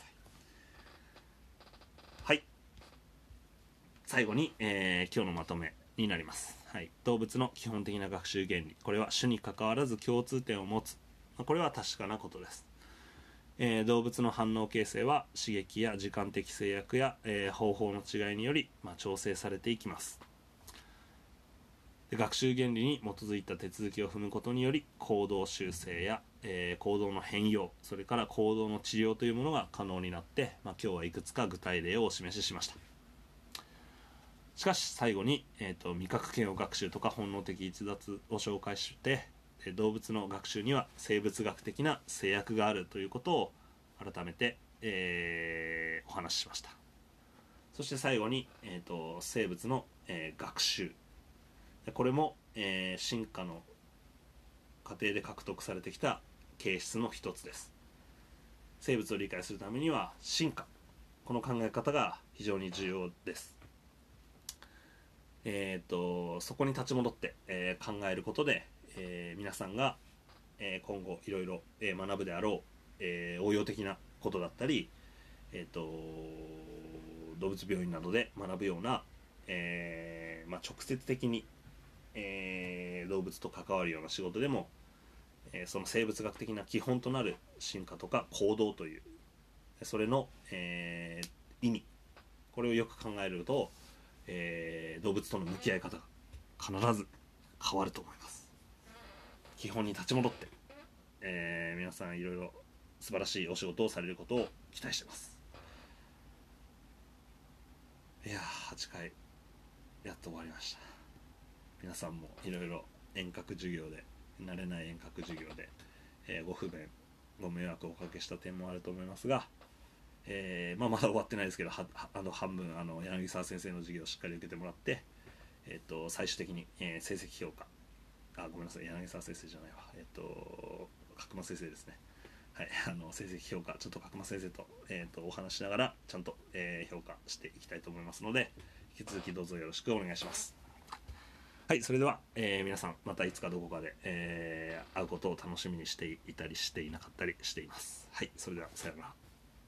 はい、最後に、今日のまとめになります。はい、動物の基本的な学習原理、これは種にかかわらず共通点を持つ、これは確かなことです。動物の反応形成は刺激や時間的制約や、方法の違いにより、調整されていきます。で学習原理に基づいた手続きを踏むことにより行動修正や、行動の変容、それから行動の治療というものが可能になって、今日はいくつか具体例をお示ししました。しかし最後に、味覚嫌悪学習とか本能的逸脱を紹介して、動物の学習には生物学的な制約があるということを改めて、お話ししました。そして最後に、生物の、学習、これも、進化の過程で獲得されてきた形質の一つです。生物を理解するためには進化、この考え方が非常に重要です。そこに立ち戻って、考えることで、皆さんが、今後いろいろ学ぶであろう、応用的なことだったり、動物病院などで学ぶような、直接的に、動物と関わるような仕事でも、その生物学的な基本となる進化とか行動というそれの、意味、これをよく考えると、動物との向き合い方が必ず変わると思います。基本に立ち戻って、皆さんいろいろ素晴らしいお仕事をされることを期待しています。いやー、8回やっと終わりました。皆さんもいろいろ遠隔授業で、慣れない遠隔授業で、ご不便ご迷惑をおかけした点もあると思いますが、まだ終わってないですけど、半分柳沢先生の授業をしっかり受けてもらって、最終的に、成績評価、ごめんなさい、柳沢先生じゃないわ、角間先生ですね。はい、成績評価ちょっと角間先生と、お話しながらちゃんと、評価していきたいと思いますので、引き続きどうぞよろしくお願いします。はい、それでは、皆さんまたいつかどこかで、会うことを楽しみにしていたりしていなかったりしています。はい、それではさようなら。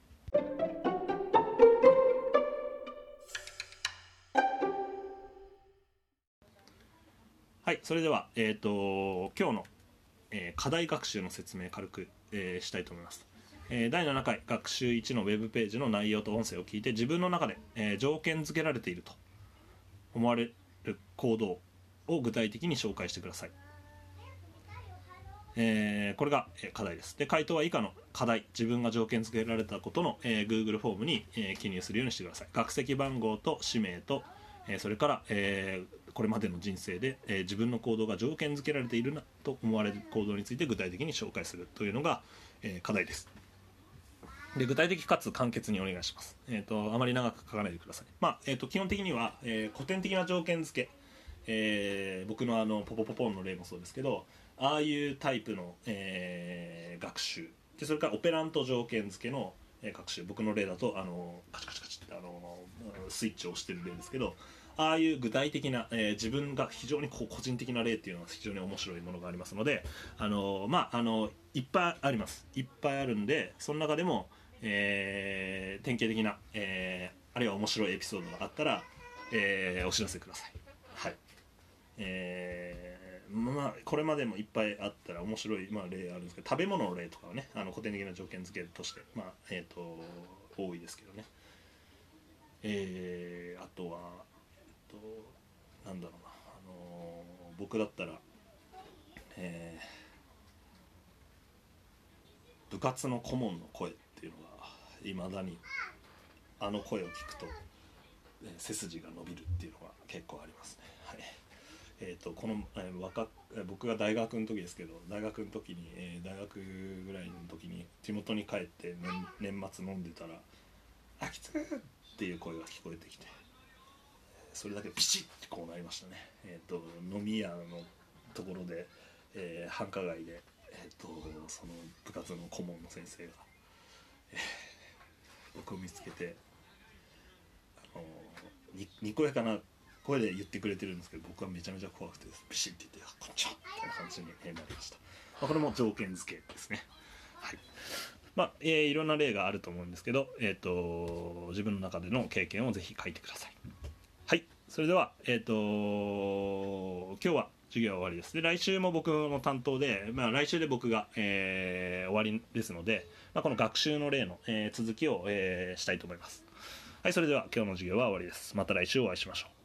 はい、それでは、今日の、課題学習の説明軽く、したいと思います。第7回学習1のウェブページの内容と音声を聞いて自分の中で、条件付けられていると思われる行動を具体的に紹介してください。 これが課題です。で回答は以下の課題、自分が条件付けられたことの、Google フォームに、記入するようにしてください。学籍番号と氏名と、それから、これまでの人生で、自分の行動が条件付けられているなと思われる行動について具体的に紹介するというのが、課題です。で具体的かつ簡潔にお願いします。あまり長く書かないでください。基本的には、古典的な条件付け、僕のポポポポンの例もそうですけど、ああいうタイプの、学習で、それからオペラント条件付けの、学習、僕の例だとカチカチカチってスイッチを押してる例ですけど、ああいう具体的な、自分が非常に個人的な例っていうのは非常に面白いものがありますので、いっぱいあります。いっぱいあるんで、その中でも、典型的な、あるいは面白いエピソードがあったら、お知らせください。はい。これまでもいっぱいあったら面白い、例あるんですけど、食べ物の例とかはね、古典的な条件付けとして、多いですけどね。あとは、なんだろうな、僕だったら、部活の顧問の声っていうのがいまだに声を聞くと、背筋が伸びるっていうのが結構ありますね。はい。この、僕が大学の時ですけど、大学の時に、大学ぐらいの時に地元に帰って、年末飲んでたら「あきつー!」っていう声が聞こえてきて、それだけピシッてこうなりましたね。飲み屋のところで、繁華街で、その部活の顧問の先生が、僕を見つけて、にこやかな声で言ってくれてるんですけど、僕はめちゃめちゃ怖くてビシッて言って「こんにちは」みたいな感じになりました。これも条件付けですね。はい。いろんな例があると思うんですけど、自分の中での経験をぜひ書いてください。はい。それでは、今日は授業は終わりです。で来週も僕の担当で、来週で僕が、終わりですので、この学習の例の、続きを、したいと思います。はい。それでは今日の授業は終わりです。また来週お会いしましょう。